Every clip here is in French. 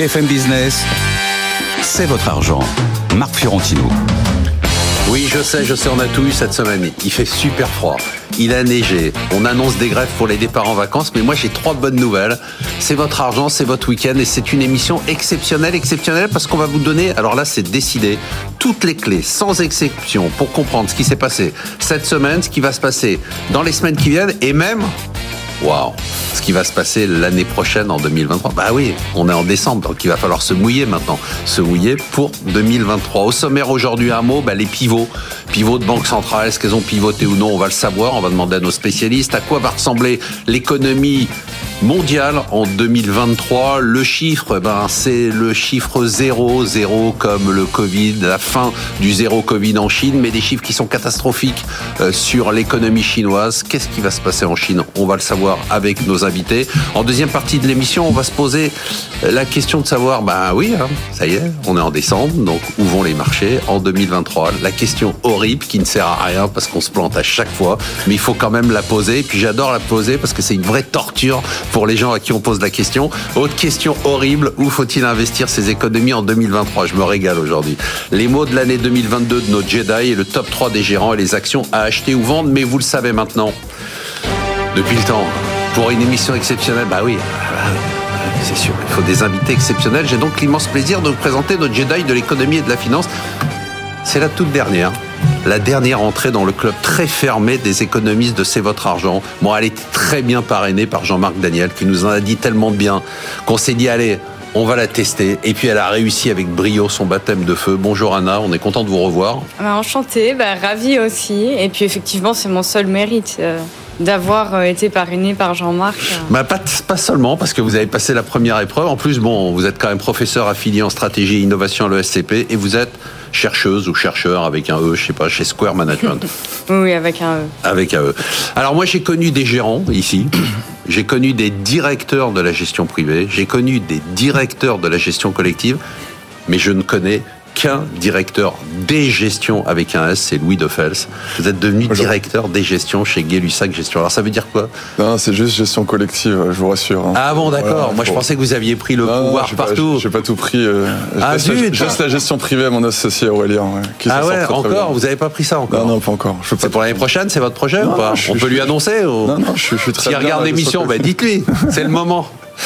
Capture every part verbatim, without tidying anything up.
B F M Business, c'est votre argent. Marc Fiorentino. Oui, je sais, je sais, on a tout eu cette semaine. Il fait super froid, il a neigé, on annonce des grèves pour les départs en vacances, mais moi j'ai trois bonnes nouvelles. C'est votre argent, c'est votre week-end et c'est une émission exceptionnelle, exceptionnelle parce qu'on va vous donner, alors là c'est décidé, toutes les clés, sans exception, pour comprendre ce qui s'est passé cette semaine, ce qui va se passer dans les semaines qui viennent et même... Waouh, ce qui va se passer l'année prochaine en deux mille vingt-trois. Bah oui, on est en décembre, donc il va falloir se mouiller maintenant. Se mouiller pour deux mille vingt-trois. Au sommaire aujourd'hui, un mot, bah les pivots. Pivots de banque centrale, est-ce qu'elles ont pivoté ou non? On va le savoir, on va demander à nos spécialistes. À quoi va ressembler l'économie mondiale en deux mille vingt-trois? Le chiffre, ben c'est le chiffre zéro, zéro comme le Covid, la fin du zéro Covid en Chine, mais des chiffres qui sont catastrophiques euh, sur l'économie chinoise. Qu'est-ce qui va se passer en Chine? On va le savoir avec nos invités. En deuxième partie de l'émission, on va se poser la question de savoir, ben oui, hein, ça y est, on est en décembre, donc où vont les marchés en deux mille vingt-trois? La question horrible qui ne sert à rien parce qu'on se plante à chaque fois, mais il faut quand même la poser. Et puis j'adore la poser parce que c'est une vraie torture pour les gens à qui on pose la question. Autre question horrible, où faut-il investir ses économies en deux mille vingt-trois? Je me régale aujourd'hui. Les mots de l'année deux mille vingt-deux de nos Jedi et le top trois des gérants et les actions à acheter ou vendre, mais vous le savez maintenant. Depuis le temps, pour une émission exceptionnelle, bah oui, c'est sûr, il faut des invités exceptionnels. J'ai donc l'immense plaisir de vous présenter notre Jedi de l'économie et de la finance. C'est la toute dernière. La dernière entrée dans le club très fermé des économistes de C'est votre argent. Bon, elle était très bien parrainée par Jean-Marc Daniel, qui nous en a dit tellement de bien qu'on s'est dit, allez, on va la tester. Et puis elle a réussi avec brio son baptême de feu. Bonjour Anna, on est content de vous revoir. Bah, enchantée, bah, ravie aussi. Et puis effectivement, c'est mon seul mérite. Euh... d'avoir été parrainé par Jean-Marc. Bah, pas, pas seulement, parce que vous avez passé la première épreuve. En plus, bon, vous êtes quand même professeur affilié en stratégie et innovation à l'E S C P et vous êtes chercheuse ou chercheur avec un E, je sais pas, chez Square Management. Oui, avec un E. Avec un E. Alors moi, j'ai connu des gérants ici. J'ai connu des directeurs de la gestion privée. J'ai connu des directeurs de la gestion collective. Mais je ne connais qu'un directeur des gestions avec un S, c'est Louis Defels. Vous êtes devenu Bonjour. directeur des gestions chez Gay-Lussac Gestion. Alors ça veut dire quoi? Non, c'est juste gestion collective, je vous rassure. Hein. Ah bon, d'accord. Voilà, Moi, je pensais que vous aviez pris le non, pouvoir non, partout. Pas, j'ai pas tout pris. Euh, ah zut Juste la gestion privée à mon associé Aurélien. Ouais, qui ah ouais, très, encore très Vous n'avez pas pris ça encore? Non, non, pas encore. Je c'est pour l'année prochaine, c'est votre projet non, ou pas? je, On je, peut je, lui annoncer ou... Non, non, je, je suis très S'il regarde l'émission, bah, dites-lui. C'est le moment.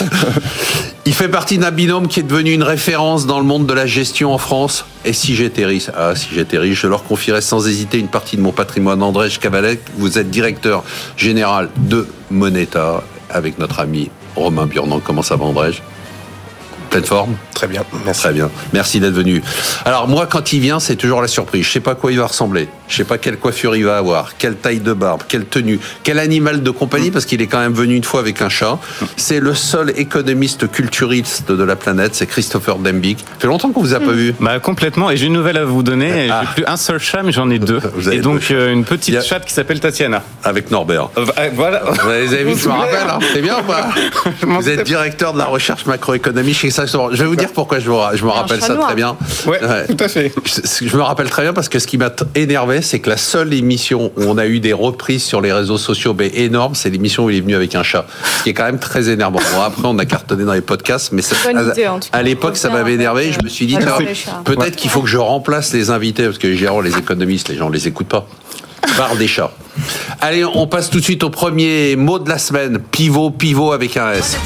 Il fait partie d'un binôme qui est devenu une référence dans le monde de la gestion en France. Et si j'étais riche, ah, si j'étais riche, je leur confierais sans hésiter une partie de mon patrimoine. Andrej Kavalek, vous êtes directeur général de Moneta avec notre ami Romain Burnand. Comment ça va, Andrej? Pleine forme? Très bien, merci. Très bien, merci d'être venu. Alors moi, quand il vient, c'est toujours la surprise. Je sais pas quoi il va ressembler. Je sais pas quelle coiffure il va avoir, quelle taille de barbe, quelle tenue, quel animal de compagnie, parce qu'il est quand même venu une fois avec un chat. C'est le seul économiste culturiste de la planète, c'est Christopher Dembicq. Ça fait longtemps qu'on vous a pas vu. Bah complètement, et j'ai une nouvelle à vous donner. Ah. J'ai plus un seul chat, mais j'en ai deux. Et donc euh, une petite a... chatte qui s'appelle Tatiana. Avec Norbert. Euh, voilà. Vous avez vu, je me rappelle, hein. C'est bien ou pas? Vous êtes directeur de la recherche macroéconomique chez ça. Je vais vous dire pourquoi je, vous, je me rappelle ça noir. très bien. Ouais, ouais, tout à fait. Je, je me rappelle très bien parce que ce qui m'a énervé, c'est que la seule émission où on a eu des reprises sur les réseaux sociaux mais énormes, c'est l'émission où il est venu avec un chat, ce qui est quand même très énervant. Bon, après, on a cartonné dans les podcasts, mais ça, idée, à, à l'époque, ça m'avait énervé. Je me suis dit, peut-être ouais. qu'il faut que je remplace les invités, parce que les gérants, les économistes, les gens ne les écoutent pas, par des chats. Allez, on passe tout de suite au premier mot de la semaine. Pivot, pivot avec un S.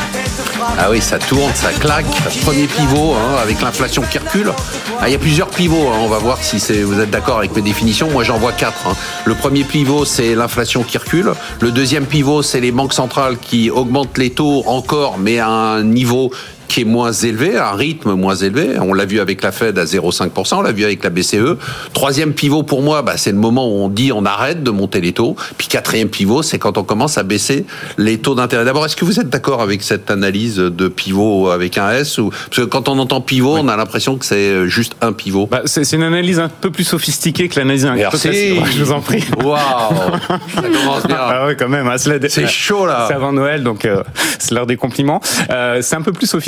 Ah oui, ça tourne, ça claque. Premier pivot, hein, avec l'inflation qui recule. Ah, il y a plusieurs pivots, hein. On va voir si c'est, vous êtes d'accord avec mes définitions. Moi, j'en vois quatre. Hein. Le premier pivot, c'est l'inflation qui recule. Le deuxième pivot, c'est les banques centrales qui augmentent les taux encore, mais à un niveau qui est moins élevé, à un rythme moins élevé. On l'a vu avec la Fed à zéro virgule cinq pour cent, on l'a vu avec la B C E. Troisième pivot pour moi, bah, c'est le moment où on dit on arrête de monter les taux. Puis quatrième pivot, c'est quand on commence à baisser les taux d'intérêt. D'abord, est-ce que vous êtes d'accord avec cette analyse de pivot avec un S ou... Parce que quand on entend pivot, oui. on a l'impression que c'est juste un pivot. Bah, c'est, c'est une analyse un peu plus sophistiquée que l'analyse un peu classique. Je vous en prie. Waouh, ça commence bien. Ah oui, quand même. Hein, c'est, la... c'est chaud là. C'est avant Noël, donc euh, c'est l'heure des compliments. Euh, c'est un peu plus sophistiqué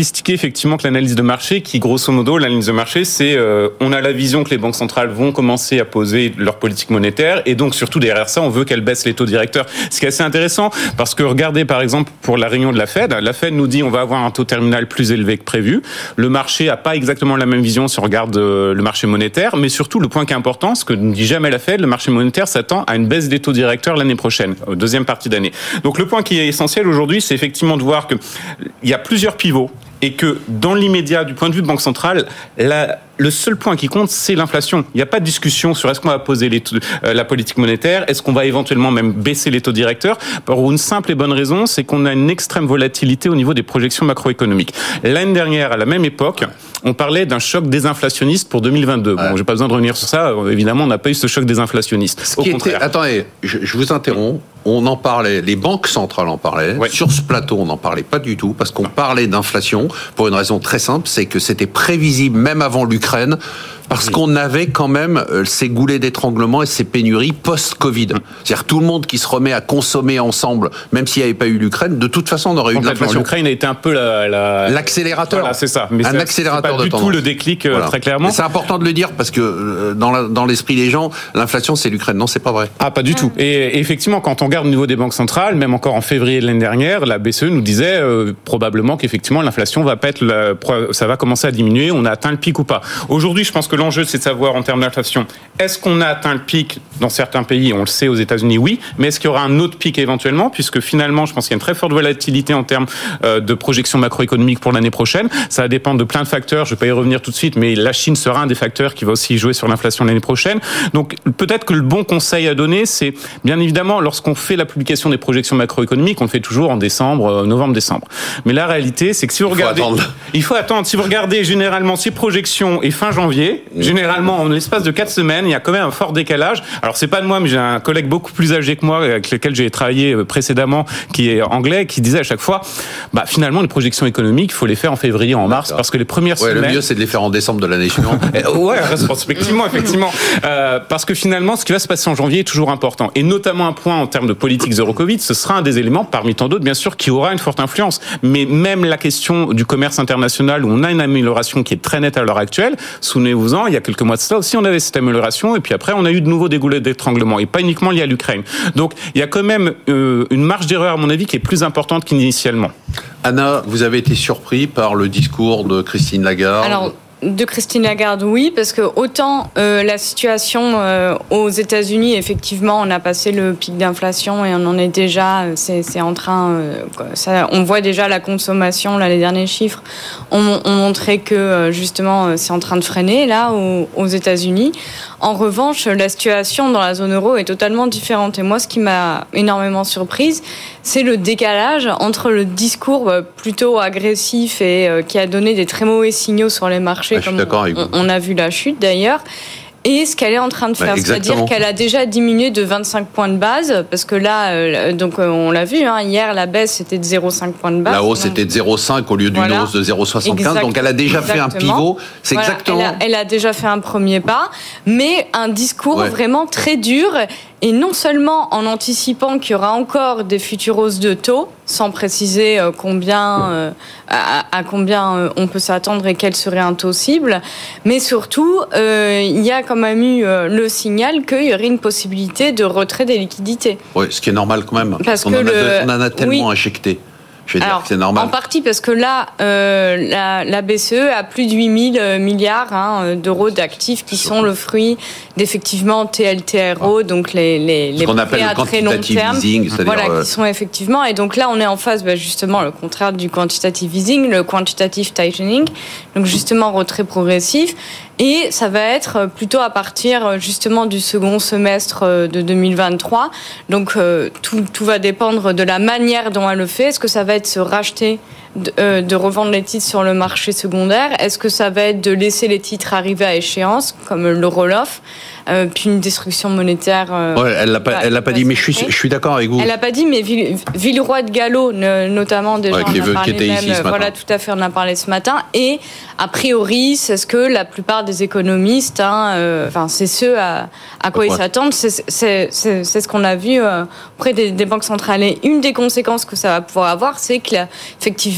sophistiqué effectivement que l'analyse de marché, qui grosso modo, l'analyse de marché, c'est euh, on a la vision que les banques centrales vont commencer à poser leur politique monétaire, et donc surtout derrière ça, on veut qu'elles baissent les taux directeurs. Ce qui est assez intéressant, parce que regardez par exemple pour la réunion de la Fed, la Fed nous dit on va avoir un taux terminal plus élevé que prévu. Le marché a pas exactement la même vision si on regarde euh, le marché monétaire, mais surtout le point qui est important, ce que ne dit jamais la Fed, le marché monétaire s'attend à une baisse des taux directeurs l'année prochaine, deuxième partie d'année. Donc le point qui est essentiel aujourd'hui, c'est effectivement de voir que il y a plusieurs pivots et que dans l'immédiat, du point de vue de banque centrale, la, le seul point qui compte, c'est l'inflation. Il n'y a pas de discussion sur est-ce qu'on va poser les taux, euh, la politique monétaire, est-ce qu'on va éventuellement même baisser les taux directeurs, pour une simple et bonne raison, c'est qu'on a une extrême volatilité au niveau des projections macroéconomiques. L'année dernière, à la même époque, on parlait d'un choc désinflationniste pour deux mille vingt-deux. Bon, ouais. J'ai pas besoin de revenir sur ça. Évidemment, on n'a pas eu ce choc désinflationniste. Ce qui au était, attendez, je, je vous interromps. On en parlait, les banques centrales en parlaient. Ouais. Sur ce plateau, on n'en parlait pas du tout parce qu'on parlait d'inflation pour une raison très simple, c'est que c'était prévisible même avant l'Ukraine. Parce oui. qu'on avait quand même euh, ces goulets d'étranglement et ces pénuries post-Covid. C'est-à-dire tout le monde qui se remet à consommer ensemble, même s'il n'y avait pas eu l'Ukraine, de toute façon on aurait eu de l'inflation. L'Ukraine a été un peu la, la... l'accélérateur. Voilà, c'est ça. Mais un c'est, accélérateur c'est pas de du tendance. tout le déclic euh, voilà. très clairement. Mais c'est important de le dire parce que euh, dans, la, dans l'esprit des gens, l'inflation c'est l'Ukraine. Non, c'est pas vrai. Ah, pas du tout. Et, et effectivement, quand on regarde au niveau des banques centrales, même encore en février de l'année dernière, la B C E nous disait euh, probablement qu'effectivement l'inflation va pas être, la, ça va commencer à diminuer. On a atteint le pic ou pas. Aujourd'hui, je pense que l'enjeu c'est de savoir en termes d'inflation, est-ce qu'on a atteint le pic dans certains pays? On le sait, aux États-Unis, oui. Mais est-ce qu'il y aura un autre pic éventuellement? Puisque finalement, je pense qu'il y a une très forte volatilité en termes euh, de projection macroéconomique pour l'année prochaine. Ça va dépendre de plein de facteurs. Je ne vais pas y revenir tout de suite, mais la Chine sera un des facteurs qui va aussi jouer sur l'inflation l'année prochaine. Donc, peut-être que le bon conseil à donner, c'est bien évidemment, lorsqu'on fait la publication des projections macroéconomiques, on le fait toujours en décembre, euh, novembre-décembre. Mais la réalité, c'est que si vous regardez... Attendre. Il faut attendre. Si vous regardez généralement ces projections et fin janvier, mmh. généralement, en l'espace de quatre semaines, il y a quand même un fort décalage. Alors c'est pas de moi, mais j'ai un collègue beaucoup plus âgé que moi, avec lequel j'ai travaillé précédemment, qui est anglais, qui disait à chaque fois, bah finalement les projections économiques, il faut les faire en février, en mars, parce que les premières ouais, semaines. Le mieux c'est de les faire en décembre de l'année suivante. ouais, rétrospectivement, effectivement, euh, parce que finalement, ce qui va se passer en janvier est toujours important, et notamment un point en termes de politique zéro Covid, ce sera un des éléments parmi tant d'autres, bien sûr, qui aura une forte influence. Mais même la question du commerce international, où on a une amélioration qui est très nette à l'heure actuelle, souvenez-vous-en, il y a quelques mois de cela aussi, on avait cette amélioration, et puis après on a eu de nouveau des goulets d'étranglement, et pas uniquement liés à l'Ukraine. Donc il y a quand même euh, une marge d'erreur à mon avis qui est plus importante qu'initialement. Anna, vous avez été surpris par le discours de Christine Lagarde? Alors, de Christine Lagarde, oui, parce que autant euh, la situation euh, aux États-Unis, effectivement, on a passé le pic d'inflation et on en est déjà, c'est, c'est en train, euh, ça, on voit déjà la consommation, là, les derniers chiffres ont, ont montré que euh, justement c'est en train de freiner là aux, aux États-Unis. En revanche, la situation dans la zone euro est totalement différente. Et moi, ce qui m'a énormément surprise, c'est le décalage entre le discours plutôt agressif et euh, qui a donné des très mauvais signaux sur les marchés, ah, comme on, on a vu la chute d'ailleurs, et ce qu'elle est en train de faire, bah, c'est-à-dire qu'elle a déjà diminué de vingt-cinq points de base, parce que là, euh, donc euh, on l'a vu, hein, hier la baisse c'était de zéro virgule cinq points de base. La hausse était de zéro virgule cinq au lieu d'une voilà. hausse de zéro virgule soixante-quinze, exact, donc elle a déjà exactement. fait un pivot. C'est voilà, exactement. Elle a, elle a déjà fait un premier pas, mais un discours ouais. vraiment très dur. Et non seulement en anticipant qu'il y aura encore des futures hausses de taux, sans préciser combien, euh, à, à combien on peut s'attendre et quel serait un taux cible, mais surtout, euh, il y a quand même eu le signal qu'il y aurait une possibilité de retrait des liquidités. Oui, ce qui est normal quand même, parce, parce qu'on que en, le... a, on en a tellement oui. injecté. Je vais Alors, dire que c'est normal. En partie parce que là, euh, la, la B C E a plus de huit mille milliards hein, d'euros d'actifs qui sont le fruit d'effectivement T L T R O, donc les, les, les prêts à très long terme, easing, voilà, euh... qui sont effectivement. Et donc là, on est en phase, bah, justement, le contraire du quantitative easing, le quantitative tightening, donc justement retrait progressif. Et ça va être plutôt à partir justement du second semestre de deux mille vingt-trois. Donc euh, tout, tout va dépendre de la manière dont elle le fait. Est-ce que ça va être se racheter, de, euh, de revendre les titres sur le marché secondaire? Est-ce que ça va être de laisser les titres arriver à échéance, comme le roll-off, euh, puis une destruction monétaire euh, ouais, Elle l'a pas, elle l'a pas dit, mais je suis, je suis d'accord avec vous. Elle l'a pas dit, mais Ville, Villeroy de Gallo, notamment déjà, ouais, qui on veut, a parlé qui était même, ici ce matin. Voilà, tout à fait, on a parlé ce matin. Et a priori, c'est ce que la plupart des économistes, hein, euh, enfin, c'est ce à, à quoi ils s'attendent, c'est, c'est, c'est, c'est ce qu'on a vu euh, auprès des, des banques centrales. Et une des conséquences que ça va pouvoir avoir, c'est que, là, effectivement,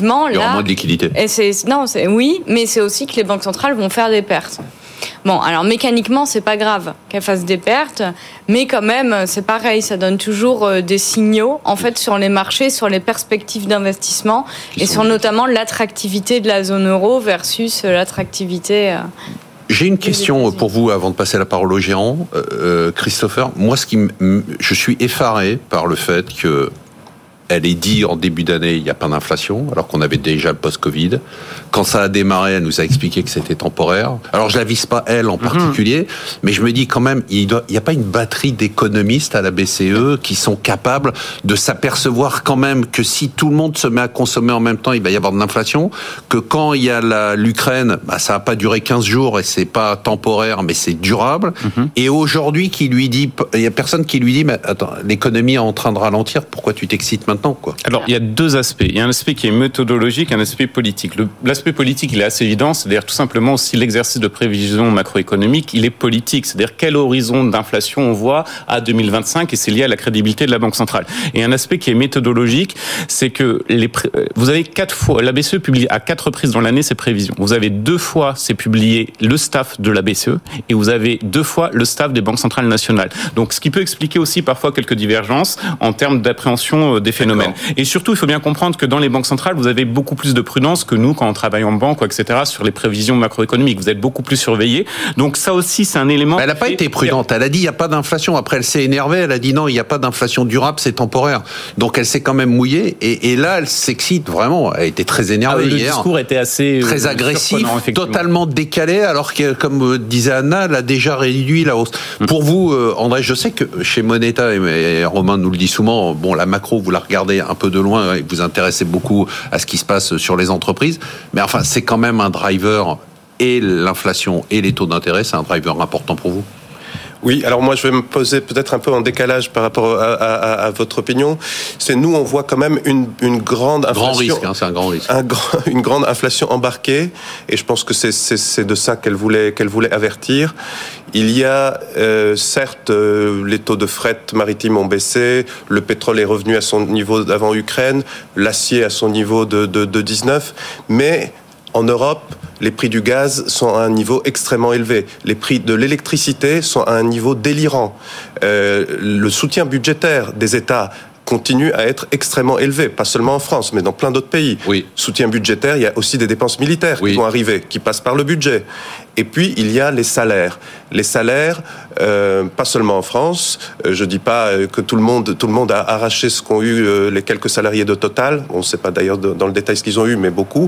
effectivement, il y aura là, moins de liquidité. Et c'est, non, c'est, oui, mais c'est aussi que les banques centrales vont faire des pertes. Bon, alors mécaniquement, c'est pas grave qu'elles fassent des pertes, mais quand même, c'est pareil, ça donne toujours des signaux, en fait, sur les marchés, sur les perspectives d'investissement, Qui et sur notamment l'attractivité de la zone euro versus l'attractivité. J'ai une question pour vous avant de passer la parole au gérant, euh, Christopher. Moi, ce qui m- je suis effaré par le fait que elle est dit en début d'année, il n'y a pas d'inflation, alors qu'on avait déjà le post-Covid. Quand ça a démarré, elle nous a expliqué que c'était temporaire. Alors, je la vise pas, elle, en particulier, mmh. mais je me dis quand même, il n'y a pas une batterie d'économistes à la B C E qui sont capables de s'apercevoir quand même que si tout le monde se met à consommer en même temps, il va y avoir de l'inflation, que quand il y a la, l'Ukraine, bah, ça va pas durer quinze jours et c'est pas temporaire, mais c'est durable. Mmh. Et aujourd'hui, qui lui dit, il y a personne qui lui dit, mais attends, l'économie est en train de ralentir, pourquoi tu t'excites maintenant? Quoi. Alors, il y a deux aspects. Il y a un aspect qui est méthodologique et un aspect politique. Le, l'aspect politique, il est assez évident. C'est-à-dire tout simplement aussi l'exercice de prévision macroéconomique, il est politique. C'est-à-dire quel horizon d'inflation on voit à deux mille vingt-cinq et c'est lié à la crédibilité de la Banque centrale. Et un aspect qui est méthodologique, c'est que les pré... vous avez quatre fois, la B C E publie à quatre reprises dans l'année ses prévisions. Vous avez deux fois, c'est publié le staff de la B C E et vous avez deux fois le staff des banques centrales nationales. Donc, ce qui peut expliquer aussi parfois quelques divergences en termes d'appréhension des phénomènes. Et surtout, il faut bien comprendre que dans les banques centrales, vous avez beaucoup plus de prudence que nous quand on travaille en banque, et cetera, sur les prévisions macroéconomiques. Vous êtes beaucoup plus surveillés. Donc ça aussi, c'est un élément... Elle n'a pas été prudente. Elle a dit il n'y a pas d'inflation. Après, elle s'est énervée. Elle a dit non, il n'y a pas d'inflation durable, c'est temporaire. Donc elle s'est quand même mouillée. Et, et là, elle s'excite vraiment. Elle était très énervée ah, le hier. Le discours était assez... Très agressif, totalement décalé, alors que, comme disait Anna, elle a déjà réduit la hausse. Hum. Pour vous, André, je sais que chez Moneta, et Romain nous le dit souvent, bon, la macro, vous la regardez un peu de loin et vous intéressez beaucoup à ce qui se passe sur les entreprises, mais enfin c'est quand même un driver, et l'inflation et les taux d'intérêt, c'est un driver important pour vous. Oui, alors moi je vais me poser peut-être un peu en décalage par rapport à, à, à votre opinion. C'est nous, on voit quand même une, une grande inflation. Grand risque, hein, c'est un grand risque. Un grand, une grande inflation embarquée, et je pense que c'est, c'est, c'est de ça qu'elle voulait, qu'elle voulait avertir. Il y a euh, certes euh, les taux de fret maritime ont baissé, le pétrole est revenu à son niveau d'avant Ukraine, l'acier à son niveau de, de, de dix-neuf, mais en Europe, les prix du gaz sont à un niveau extrêmement élevé. Les prix de l'électricité sont à un niveau délirant. Euh, le soutien budgétaire des États continue à être extrêmement élevé, pas seulement en France, mais dans plein d'autres pays. Oui. Soutien budgétaire, il y a aussi des dépenses militaires oui. qui vont arriver, qui passent par le budget. Et puis, il y a les salaires. Les salaires, euh, pas seulement en France, euh, je dis pas que tout le monde, tout le monde a arraché ce qu'ont eu euh, les quelques salariés de Total. On ne sait pas d'ailleurs de, dans le détail ce qu'ils ont eu, mais beaucoup.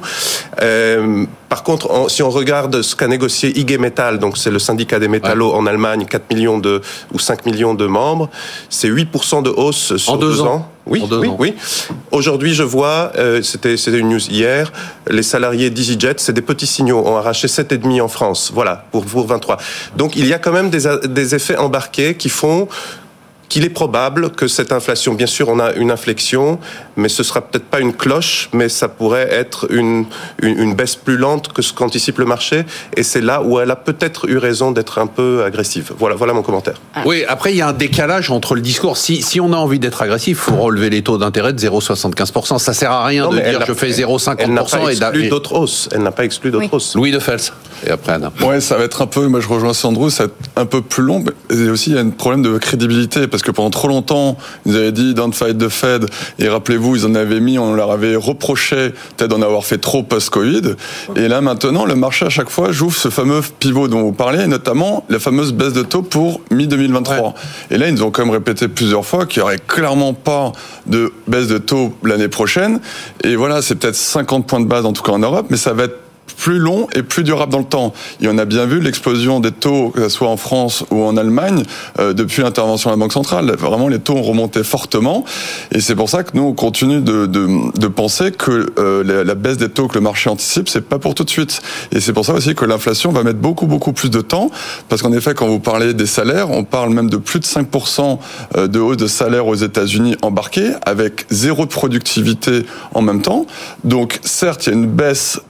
Euh, par contre, on, si on regarde ce qu'a négocié I G Metall, donc c'est le syndicat des métallos ouais. en Allemagne, quatre millions de, ou cinq millions de membres, c'est huit pour cent de hausse sur en deux, deux ans. ans. Oui, oui, ans. oui. Aujourd'hui, je vois, euh, c'était, c'était une news hier, les salariés d'EasyJet, c'est des petits signaux, ont arraché sept virgule cinq en France. Voilà, pour, pour vingt-trois. Donc, il y a quand même des, des effets embarqués qui font qu'il est probable que cette inflation, bien sûr, on a une inflexion, mais ce sera peut-être pas une cloche, mais ça pourrait être une, une, une baisse plus lente que ce qu'anticipe le marché. Et c'est là où elle a peut-être eu raison d'être un peu agressive. Voilà, voilà mon commentaire. Oui, après, il y a un décalage entre le discours. Si, si on a envie d'être agressif, il faut relever les taux d'intérêt de zéro virgule soixante-quinze pour cent. Ça sert à rien non, de dire je fais zéro virgule cinquante pour cent. Elle n'a pas exclu d'autres hausses. Elle n'a pas exclu d'autres oui. hausses. Louis de Fels. Et après, Anna. Ouais, ça va être un peu, moi je rejoins Sandro, ça va être un peu plus long. Et aussi, il y a un problème de crédibilité, parce que pendant trop longtemps, ils avaient dit don't fight the Fed, et rappelez-vous, ils en avaient mis, on leur avait reproché peut-être d'en avoir fait trop post-Covid. Et là, maintenant, le marché, à chaque fois, joue ce fameux pivot dont vous parlez, et notamment la fameuse baisse de taux pour mi deux mille vingt-trois. Ouais. Et là, ils nous ont quand même répété plusieurs fois qu'il n'y aurait clairement pas de baisse de taux l'année prochaine. Et voilà, c'est peut-être cinquante points de base, en tout cas en Europe, mais ça va être plus long et plus durable dans le temps. Et on a bien vu l'explosion des taux, que ce soit en France ou en Allemagne, euh, depuis l'intervention de la Banque centrale. Vraiment, les taux ont remonté fortement. Et c'est pour ça que nous, on continue de, de, de penser que euh, la, la baisse des taux que le marché anticipe, c'est pas pour tout de suite. Et c'est pour ça aussi que l'inflation va mettre beaucoup, beaucoup plus de temps. Parce qu'en effet, quand vous parlez des salaires, on parle même de plus de cinq pour cent de hausse de salaire aux États-Unis embarqués, avec zéro de productivité en même temps. Donc, certes, il y a une baisse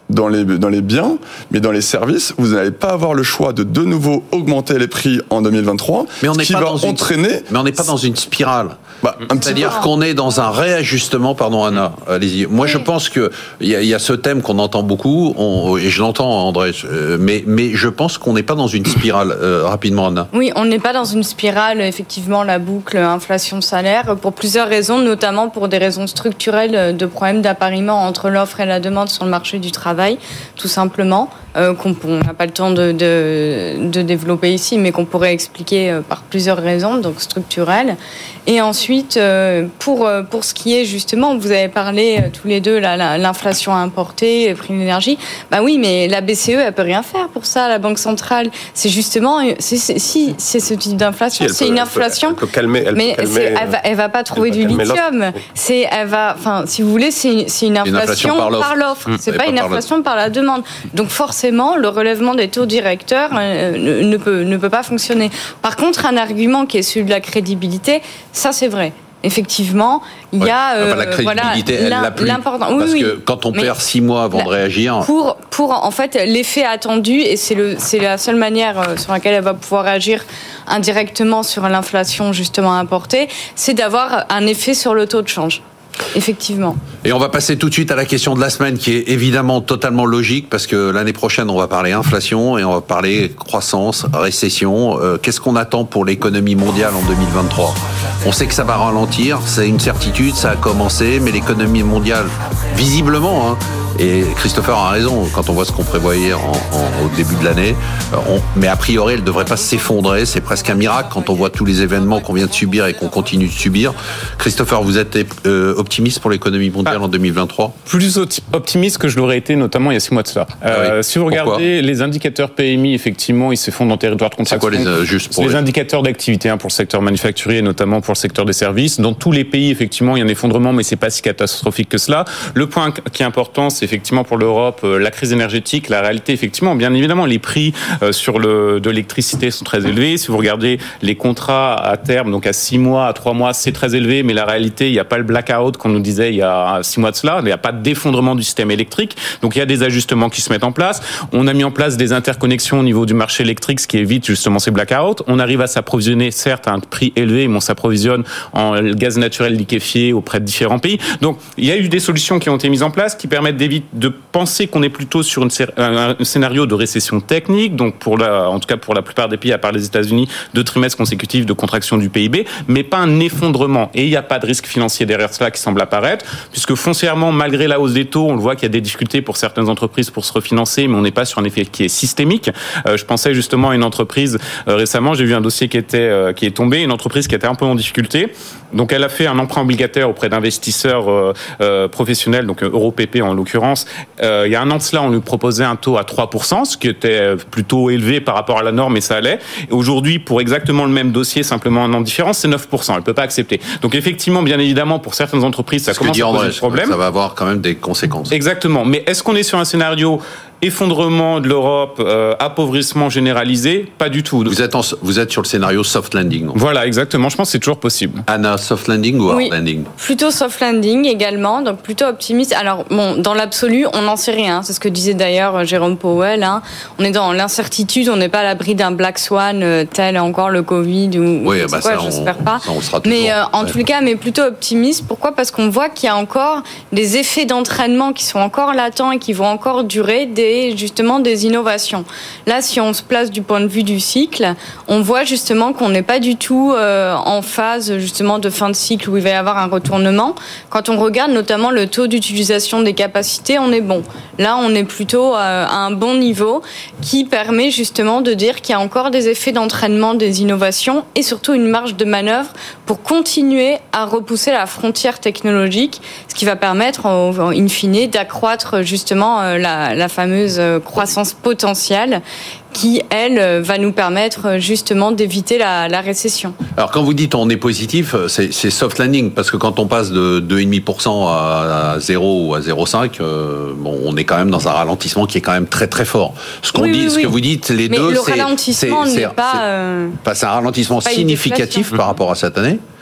dans les, dans les biens, mais dans les services, vous n'allez pas avoir le choix de de nouveau augmenter les prix en deux mille vingt-trois, mais on ce n'est qui pas va dans entraîner... Une, mais on n'est pas dans une spirale. Bah, un C'est-à-dire petit qu'on est dans un réajustement, pardon Anna, allez-y. Moi oui. je pense qu'il y, y a ce thème qu'on entend beaucoup, on, et je l'entends André, mais, mais je pense qu'on n'est pas dans une spirale, euh, rapidement Anna. Oui, on n'est pas dans une spirale, effectivement, la boucle inflation-salaire, pour plusieurs raisons, notamment pour des raisons structurelles de problèmes d'appariement entre l'offre et la demande sur le marché du travail, tout simplement, euh, qu'on n'a pas le temps de, de, de développer ici, mais qu'on pourrait expliquer par plusieurs raisons, donc structurelles. Et ensuite, pour, pour ce qui est justement, vous avez parlé tous les deux, là, l'inflation importée, les prix de l'énergie. Bah oui, mais la B C E, elle peut rien faire pour ça, la Banque centrale. C'est justement, c'est, c'est, si c'est ce type d'inflation, si c'est peut, une inflation. Elle peut, elle peut calmer, elle mais peut calmer, elle va, elle va pas trouver du lithium. C'est, elle va, enfin, si vous voulez, c'est, c'est une, inflation une inflation par l'offre. Par l'offre. Mmh, c'est pas une inflation par, par la demande. Donc forcément, le relèvement des taux directeurs euh, ne, ne peut, ne peut pas fonctionner. Par contre, un argument qui est celui de la crédibilité, ça c'est vrai. Effectivement, il y a euh, enfin, la crédibilité, voilà, elle l'a plus, l'important. Oui, parce oui, que quand on perd six mois avant la, de réagir, pour pour en fait l'effet attendu, et c'est le c'est la seule manière sur laquelle elle va pouvoir agir indirectement sur l'inflation justement importée, c'est d'avoir un effet sur le taux de change. Effectivement. Et on va passer tout de suite à la question de la semaine qui est évidemment totalement logique parce que l'année prochaine on va parler inflation et on va parler croissance, récession. Euh, qu'est-ce qu'on attend pour l'économie mondiale en deux mille vingt-trois ? On sait que ça va ralentir, c'est une certitude, ça a commencé, mais l'économie mondiale, visiblement, hein, et Christopher a raison, quand on voit ce qu'on prévoyait en, en, au début de l'année, on, mais a priori elle ne devrait pas s'effondrer, c'est presque un miracle quand on voit tous les événements qu'on vient de subir et qu'on continue de subir. Christopher, vous êtes euh, optimiste pour l'économie mondiale ah, en deux mille vingt-trois ? Plus optimiste que je l'aurais été notamment il y a six mois de cela. Ah euh, oui. Si vous Pourquoi ? regardez les indicateurs P M I, effectivement, ils s'effondrent en territoire de contraction. C'est quoi les, juste pour les les... indicateurs d'activité hein, pour le secteur manufacturier, notamment pour le secteur des services. Dans tous les pays, effectivement, il y a un effondrement, mais c'est pas si catastrophique que cela. Le point qui est important, c'est effectivement pour l'Europe, la crise énergétique, la réalité, effectivement, bien évidemment, les prix sur le de l'électricité sont très élevés. Si vous regardez les contrats à terme, donc à six mois, à trois mois, c'est très élevé, mais la réalité, il n'y a pas le blackout qu'on nous disait il y a six mois de cela. Il n'y a pas d'effondrement du système électrique. Donc il y a des ajustements qui se mettent en place. On a mis en place des interconnexions au niveau du marché électrique, ce qui évite justement ces blackouts. On arrive à s'approvisionner, certes, à un prix élevé, mais on s'approvisionne en gaz naturel liquéfié auprès de différents pays. Donc il y a eu des solutions qui ont été mises en place qui permettent d'éviter de penser qu'on est plutôt sur une, un, un scénario de récession technique, donc pour la, en tout cas pour la plupart des pays, à part les États-Unis, deux trimestres consécutifs de contraction du P I B, mais pas un effondrement. Et il n'y a pas de risque financier derrière cela qui semble apparaître, puisque foncièrement, malgré la hausse des taux, on le voit qu'il y a des difficultés pour certaines entreprises pour se refinancer, mais on n'est pas sur un effet qui est systémique. Euh, je pensais justement à une entreprise euh, récemment, j'ai vu un dossier qui était euh, qui est tombé, une entreprise qui était un peu en difficulté. Donc elle a fait un emprunt obligataire auprès d'investisseurs euh, euh, professionnels, donc Euro P P en l'occurrence. Euh, il y a un an de cela, on lui proposait un taux à trois pour cent, ce qui était plutôt élevé par rapport à la norme, et ça allait. Et aujourd'hui, pour exactement le même dossier, simplement un an de différence, c'est neuf pour cent. Elle ne peut pas accepter. Donc effectivement, bien évidemment, pour certaines entreprises, ça ce commence à poser des problèmes. Ça va avoir quand même des conséquences. Exactement. Mais est-ce qu'on est sur un scénario effondrement de l'Europe, euh, appauvrissement généralisé? Pas du tout. Vous êtes, en, vous êtes sur le scénario soft landing. Voilà, exactement. Je pense que c'est toujours possible. Anna, soft landing ou hard oui, landing? Plutôt soft landing également, donc plutôt optimiste. Alors, bon, dans l'absolu, on n'en sait rien. C'est ce que disait d'ailleurs Jérôme Powell. Hein. On est dans l'incertitude, on n'est pas à l'abri d'un black swan euh, tel encore le Covid ou oui, bah quoi, ça, j'espère on, pas. Ça, on sera mais euh, en ouais. tout cas, mais plutôt optimiste. Pourquoi ? Parce qu'on voit qu'il y a encore des effets d'entraînement qui sont encore latents et qui vont encore durer, des justement des innovations. Là, si on se place du point de vue du cycle, on voit justement qu'on n'est pas du tout euh, en phase justement de fin de cycle où il va y avoir un retournement. Quand on regarde notamment le taux d'utilisation des capacités, on est bon. Là, on est plutôt euh, à un bon niveau qui permet justement de dire qu'il y a encore des effets d'entraînement des innovations et surtout une marge de manœuvre pour continuer à repousser la frontière technologique, ce qui va permettre, in fine, d'accroître justement la, la fameuse croissance potentielle qui, elle, va nous permettre justement d'éviter la, la récession. Alors, quand vous dites on est positif, c'est, c'est soft landing, parce que quand on passe de deux virgule cinq pour cent à zéro ou à zéro virgule cinq, euh, bon, on est quand même dans un ralentissement qui est quand même très très fort. Ce qu'on oui, dit, oui, ce oui. que vous dites, les Mais deux, le c'est... ralentissement c'est, n'est c'est, pas... c'est, euh, pas c'est un ralentissement pas significatif par rapport à cette année.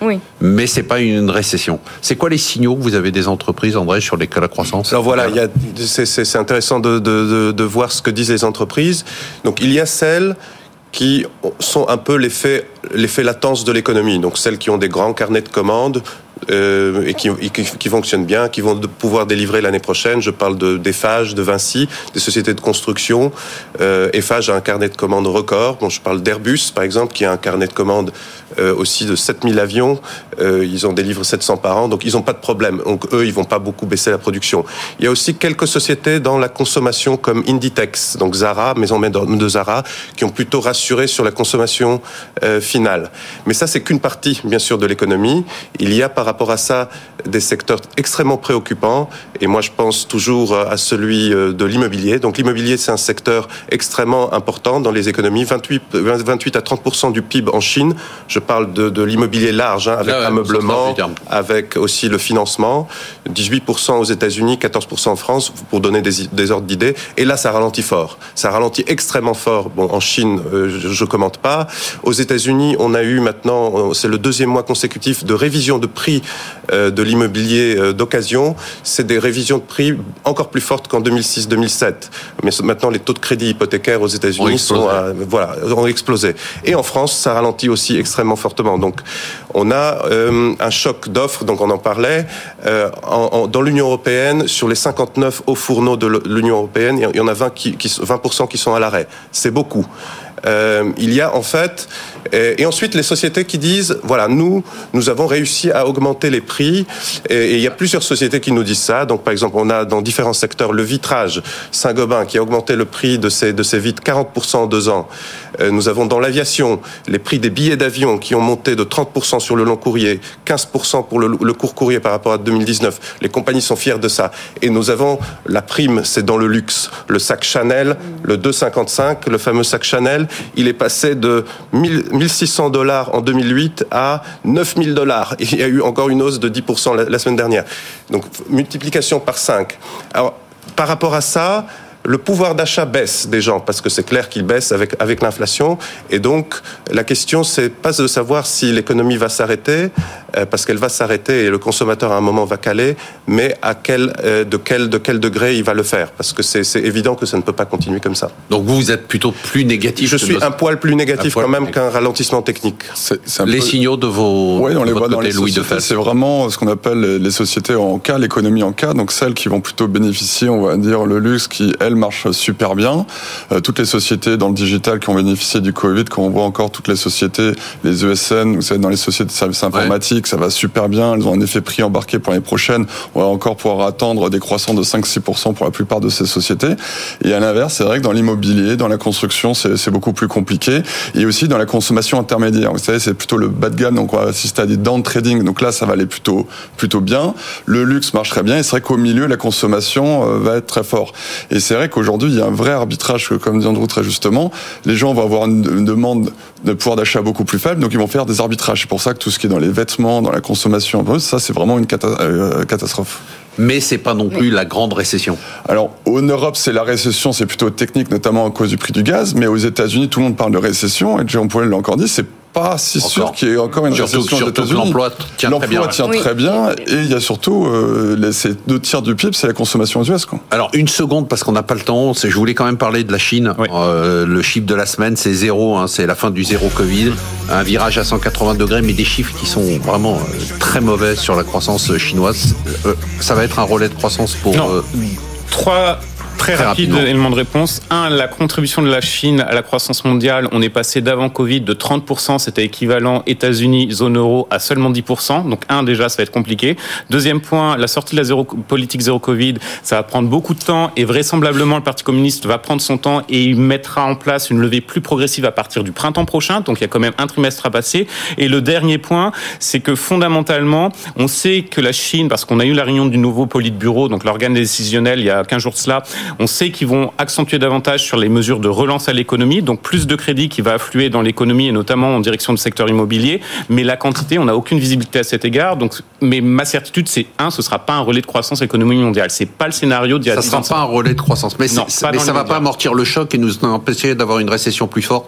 Oui. Mais c'est pas une récession. C'est quoi les signaux que vous avez des entreprises, André, sur les, la croissance? Alors voilà, il y a, c'est, c'est, c'est intéressant de, de, de, de voir ce que disent les entreprises. Donc il y a celles qui sont un peu l'effet, l'effet latence de l'économie. Donc celles qui ont des grands carnets de commandes, Euh, et qui, qui, qui fonctionnent bien, qui vont de pouvoir délivrer l'année prochaine. Je parle de d'Eiffage, de Vinci, des sociétés de construction. Euh, Eiffage a un carnet de commandes record. Bon, je parle d'Airbus, par exemple, qui a un carnet de commandes euh, aussi de sept mille avions. Euh, ils en délivrent sept cents par an, donc ils n'ont pas de problème. Donc eux, ils vont pas beaucoup baisser la production. Il y a aussi quelques sociétés dans la consommation comme Inditex, donc Zara, maison mère de Zara, qui ont plutôt rassuré sur la consommation euh, finale. Mais ça, c'est qu'une partie, bien sûr, de l'économie. Il y a par rapport à ça des secteurs extrêmement préoccupants, et moi je pense toujours à celui de l'immobilier. Donc l'immobilier, c'est un secteur extrêmement important dans les économies, vingt-huit, vingt-huit à trente pour cent du P I B en Chine. Je parle de, de l'immobilier large, hein, avec ah ouais, ameublement, avec aussi le financement, dix-huit pour cent aux États-Unis, quatorze pour cent en France, pour donner des, des ordres d'idées. Et là, ça ralentit fort. Ça ralentit extrêmement fort. Bon, en Chine, euh, je ne commente pas. Aux États-Unis, on a eu maintenant, c'est le deuxième mois consécutif de révision de prix de l'immobilier d'occasion. C'est des révisions de prix encore plus fortes qu'en deux mille six deux mille sept. Mais maintenant, les taux de crédit hypothécaire aux États-Unis sont à, voilà, ont explosé. Et en France, ça ralentit aussi extrêmement fortement. Donc, on a euh, un choc d'offres, donc on en parlait. Euh, en, en, dans l'Union européenne, sur les cinquante-neuf hauts fourneaux de l'Union européenne, il y en a vingt, qui, qui, vingt pour cent qui sont à l'arrêt. C'est beaucoup. Euh, il y a en fait, et, et ensuite les sociétés qui disent, voilà, nous, nous avons réussi à augmenter les prix, et, et il y a plusieurs sociétés qui nous disent ça. Donc par exemple, on a dans différents secteurs le vitrage Saint-Gobain qui a augmenté le prix de ses, de ses vitres quarante pour cent en deux ans. Euh, nous avons dans l'aviation les prix des billets d'avion qui ont monté de trente pour cent sur le long courrier, quinze pour cent pour le, le court courrier par rapport à deux mille dix-neuf. Les compagnies sont fières de ça. Et nous avons la prime, c'est dans le luxe. Le sac Chanel, le deux cinquante-cinq, le fameux sac Chanel, il est passé de mille six cents dollars en deux mille huit à neuf mille dollars. Il y a eu encore une hausse de dix pour cent la, la semaine dernière. Donc, multiplication par cinq. Alors, par rapport à ça, le pouvoir d'achat baisse des gens, parce que c'est clair qu'il baisse avec, avec l'inflation. Et donc, la question, c'est pas de savoir si l'économie va s'arrêter, euh, parce qu'elle va s'arrêter et le consommateur à un moment va caler, mais à quel, euh, de, quel, de quel degré il va le faire. Parce que c'est, c'est évident que ça ne peut pas continuer comme ça. Donc vous, vous êtes plutôt plus négatif. Je suis nos... un poil plus négatif poil quand même qu'un ralentissement technique. C'est, c'est les peu... signaux de vos... Oui, on les voit côté, dans les Louis sociétés. C'est vraiment ce qu'on appelle les sociétés en K, l'économie en K, donc celles qui vont plutôt bénéficier, on va dire, le luxe qui, elles, marchent super bien. Euh, toutes les sociétés dans le digital qui ont bénéficié du Covid, quand on voit encore toutes les sociétés, les E S N, vous savez, dans les sociétés de services informatiques, ouais. Ça va super bien. Elles ont un effet prix embarqué pour l'année prochaine. On va encore pouvoir attendre des croissances de cinq à six pour cent pour la plupart de ces sociétés. Et à l'inverse, c'est vrai que dans l'immobilier, dans la construction, c'est, c'est beaucoup plus compliqué. Et aussi dans la consommation intermédiaire. Vous savez, c'est plutôt le bas de gamme. Donc, on va assister à des down trading. Donc là, ça va aller plutôt, plutôt bien. Le luxe marche très bien. Et c'est vrai qu'au milieu, la consommation euh, va être très fort. Et c'est vrai qu'aujourd'hui, il y a un vrai arbitrage, comme dit Andrew très justement. Les gens vont avoir une, une demande de pouvoir d'achat beaucoup plus faible. Donc, ils vont faire des arbitrages. C'est pour ça que tout ce qui est dans les vêtements, dans la consommation, ça, c'est vraiment une cata- euh, catastrophe. Mais c'est pas non plus la grande récession. Alors, en Europe, c'est la récession, c'est plutôt technique, notamment à cause du prix du gaz. Mais aux États-Unis, tout le monde parle de récession. Et Jérôme Powell l'a encore dit, c'est pas si encore. sûr qu'il y ait encore une surtout, récession aux surtout États-Unis. L'emploi tient l'emploi très bien. Tient oui. très bien. Et il y a surtout, euh, les, c'est deux tiers du P I B, c'est la consommation aux U S, quoi. Alors, une seconde, parce qu'on n'a pas le temps. C'est, je voulais quand même parler de la Chine. Oui. Euh, le chiffre de la semaine, c'est zéro. Hein, c'est la fin du zéro Covid. Un virage à cent quatre-vingts degrés, mais des chiffres qui sont vraiment euh, très mauvais sur la croissance chinoise. Euh, ça va être un relais de croissance pour... Non. Euh, Trois... Très, Très rapide rapidement. élément de réponse. Un, la contribution de la Chine à la croissance mondiale, on est passé d'avant Covid de trente pour cent, c'était équivalent États-Unis, zone euro, à seulement dix pour cent. Donc un, déjà, ça va être compliqué. Deuxième point, la sortie de la zéro, politique zéro Covid, ça va prendre beaucoup de temps et vraisemblablement le Parti communiste va prendre son temps et il mettra en place une levée plus progressive à partir du printemps prochain. Donc il y a quand même un trimestre à passer. Et le dernier point, c'est que fondamentalement, on sait que la Chine, parce qu'on a eu la réunion du nouveau Politburo, donc l'organe décisionnel, il y a quinze jours de cela, on sait qu'ils vont accentuer davantage sur les mesures de relance à l'économie, donc plus de crédit qui va affluer dans l'économie et notamment en direction du secteur immobilier. Mais la quantité, on n'a aucune visibilité à cet égard. Donc, mais ma certitude, c'est un, ce ne sera pas un relais de croissance économique mondiale. C'est pas le scénario d'il y a Ça ne sera pas un relais de croissance, mais, non, mais ça ne va pas amortir le choc et nous empêcher d'avoir une récession plus forte.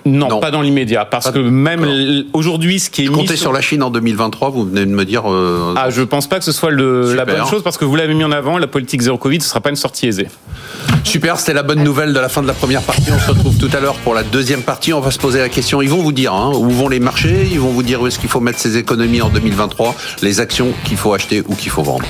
Non, Non. pas dans l'immédiat, parce Pas que de- même D'accord. l- aujourd'hui, ce qui est Je mis comptais sur la Chine en deux mille vingt-trois, vous venez de me dire... euh, Ah, je pense pas que ce soit le, la Super. bonne chose, parce que vous l'avez mis en avant, la politique zéro Covid, ce sera pas une sortie aisée. Super, c'était la bonne nouvelle de la fin de la première partie. On se retrouve tout à l'heure pour la deuxième partie. On va se poser la question. Ils vont vous dire hein, où vont les marchés. Ils vont vous dire où est-ce qu'il faut mettre ses économies en deux mille vingt-trois, les actions qu'il faut acheter ou qu'il faut vendre.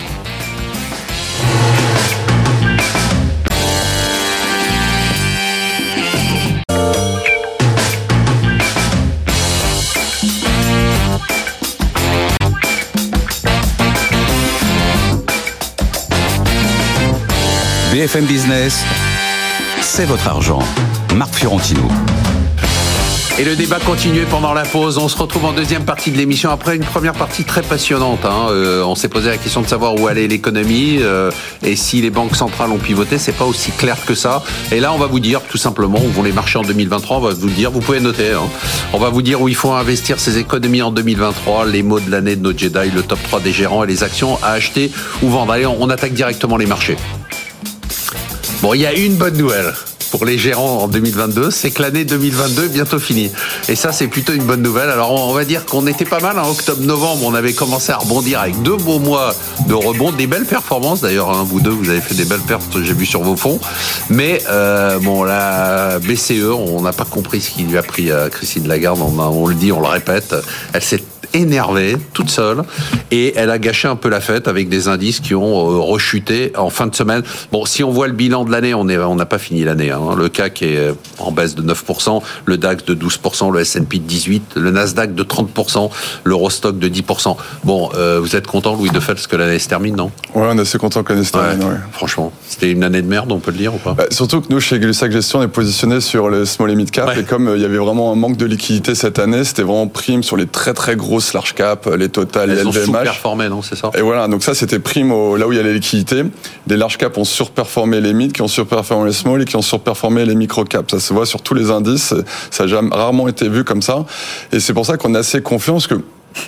B F M Business, c'est votre argent. Marc Fiorentino. Et le débat continuait pendant la pause. On se retrouve en deuxième partie de l'émission après une première partie très passionnante. Hein. Euh, on s'est posé la question de savoir où allait l'économie euh, et si les banques centrales ont pivoté. C'est pas aussi clair que ça. Et là, on va vous dire tout simplement où vont les marchés en deux mille vingt-trois. On va vous le dire. Vous pouvez noter. Hein. On va vous dire où il faut investir ses économies en deux mille vingt-trois. Les mots de l'année de nos Jedi, le top trois des gérants et les actions à acheter ou vendre. Allez, on attaque directement les marchés. Bon, il y a une bonne nouvelle pour les gérants en deux mille vingt-deux, c'est que l'année deux mille vingt-deux est bientôt finie. Et ça, c'est plutôt une bonne nouvelle. Alors, on va dire qu'on était pas mal en octobre-novembre. On avait commencé à rebondir avec deux beaux mois de rebond, des belles performances. D'ailleurs, hein, vous deux, vous avez fait des belles pertes, j'ai vu sur vos fonds. Mais euh, bon, la B C E, on n'a pas compris ce qui lui a pris à Christine Lagarde. On, a, on le dit, on le répète. Elle s'est énervée, toute seule, et elle a gâché un peu la fête avec des indices qui ont euh, rechuté en fin de semaine. Bon, si on voit le bilan de l'année, on est, on n'a pas fini l'année. Hein. Le C A C est en baisse de neuf pour cent, le DAX de douze pour cent, le S and P de dix-huit pour cent, le Nasdaq de trente pour cent, l'Eurostock de dix pour cent. Bon, euh, vous êtes content, Louis Defeld, parce que l'année se termine, non? Ouais, on est assez content que l'année se termine, Ouais, ouais. Franchement, c'était une année de merde, on peut le dire ou pas? Bah, surtout que nous, chez Gay-Lussac Gestion, on est positionné sur le small et mid cap. Ouais. Et comme euh, il y avait vraiment un manque de liquidité cette année, c'était vraiment prime sur les très très grosses large cap, les Total, les Elles ont L V M H. sous-performé, non? C'est ça? Et voilà, donc ça c'était prime au, là où il y a les liquidités. Les large caps ont surperformé les mid, qui ont surperformé les small et qui ont surperformé les micro caps. Ça se voit sur tous les indices, ça a jamais, rarement été vu comme ça. Et c'est pour ça qu'on a assez confiance que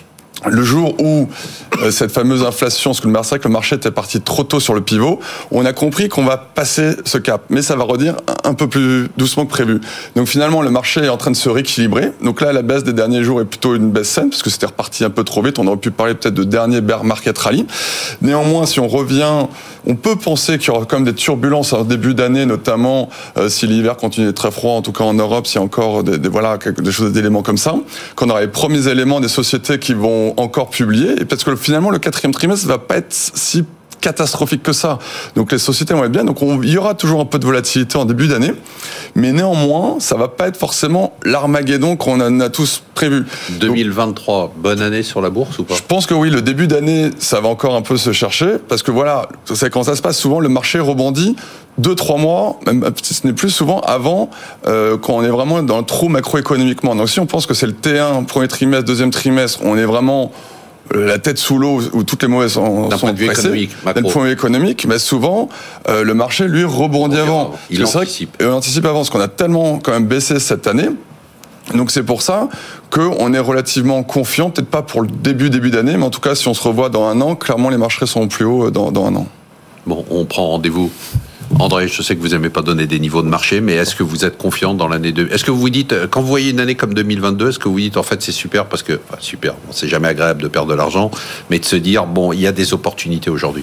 le jour où euh, cette fameuse inflation, parce que le marché, que le marché était parti trop tôt sur le pivot, on a compris qu'on va passer ce cap, mais ça va redire un peu plus doucement que prévu. Donc finalement, le marché est en train de se rééquilibrer. Donc là, la baisse des derniers jours est plutôt une baisse saine, parce que c'était reparti un peu trop vite. On aurait pu parler peut-être de dernier bear market rally. Néanmoins, si on revient, on peut penser qu'il y aura quand même des turbulences en début d'année, notamment euh, si l'hiver continue d'être très froid, en tout cas en Europe, s'il y a encore des, des voilà des choses, des éléments comme ça, qu'on aura les premiers éléments des sociétés qui vont encore publier, et parce que finalement le quatrième trimestre va pas être si catastrophique que ça. Donc les sociétés vont être bien. Donc on, il y aura toujours un peu de volatilité en début d'année, mais néanmoins ça va pas être forcément l'Armageddon qu'on a, a tous prévu. deux mille vingt-trois, bonne année sur la bourse ou pas? Je pense que oui, le début d'année, ça va encore un peu se chercher, parce que voilà, c'est quand ça se passe, souvent le marché rebondit deux, trois mois, même ce n'est plus souvent avant, euh, quand on est vraiment dans le trou macroéconomiquement. Donc si on pense que c'est le T un, premier trimestre, deuxième trimestre, on est vraiment la tête sous l'eau où toutes les mauvaises sont, D'un sont point de vue pressées, économique, macro. d'un point de vue économique, mais souvent euh, le marché lui rebondit avant. Il C'est vrai anticipe. que- et on anticipe avant, parce qu'on a tellement quand même baissé cette année. Donc c'est pour ça qu'on est relativement confiant, peut-être pas pour le début début d'année, mais en tout cas si on se revoit dans un an, clairement les marchés seront plus hauts dans, dans un an. Bon, on prend rendez-vous. André, je sais que vous n'aimez pas donner des niveaux de marché, mais est-ce que vous êtes confiant dans l'année deux? Est-ce que vous vous dites, quand vous voyez une année comme deux mille vingt-deux, est-ce que vous vous dites en fait c'est super parce que, enfin, super, bon, c'est jamais agréable de perdre de l'argent, mais de se dire bon, il y a des opportunités aujourd'hui.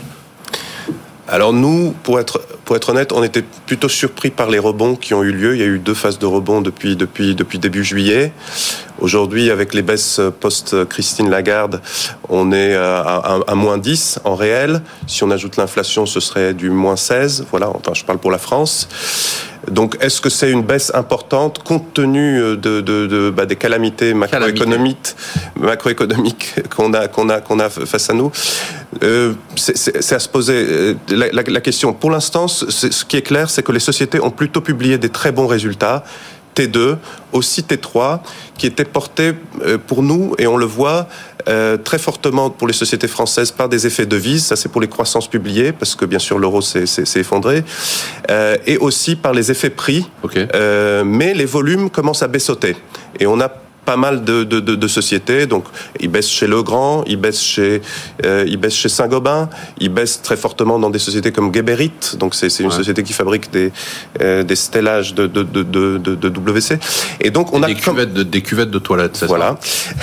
Alors nous, pour être, pour être honnête, on était plutôt surpris par les rebonds qui ont eu lieu. Il y a eu deux phases de rebond depuis, depuis, depuis début juillet. Aujourd'hui, avec les baisses post-Christine Lagarde, on est à, à, à moins dix en réel. Si on ajoute l'inflation, ce serait du moins seize. Voilà, enfin je parle pour la France. Donc, est-ce que c'est une baisse importante compte tenu de, de, de bah, des calamités macroéconomiques, macroéconomiques qu'on a qu'on a qu'on a face à nous? Euh, c'est, c'est, c'est à se poser la, la, la question. Pour l'instant, c'est, ce qui est clair, c'est que les sociétés ont plutôt publié des très bons résultats. T deux, aussi T trois, qui étaient portés pour nous, et on le voit euh, très fortement pour les sociétés françaises par des effets de devise, ça c'est pour les croissances publiées, parce que bien sûr l'euro s'est, s'est, s'est effondré, euh, et aussi par les effets prix, Okay. euh, mais les volumes commencent à baissoter. Et on a pas mal de, de, de, de sociétés. Donc, ils baissent chez Legrand, ils baissent chez, euh, ils baissent chez Saint-Gobain, ils baissent très fortement dans des sociétés comme Geberit. Donc, c'est, c'est une ouais. société qui fabrique des, euh, des stellages de, de, de, de, de, de W C. Et donc, on et a des cuvettes de, des cuvettes de toilettes, c'est voilà.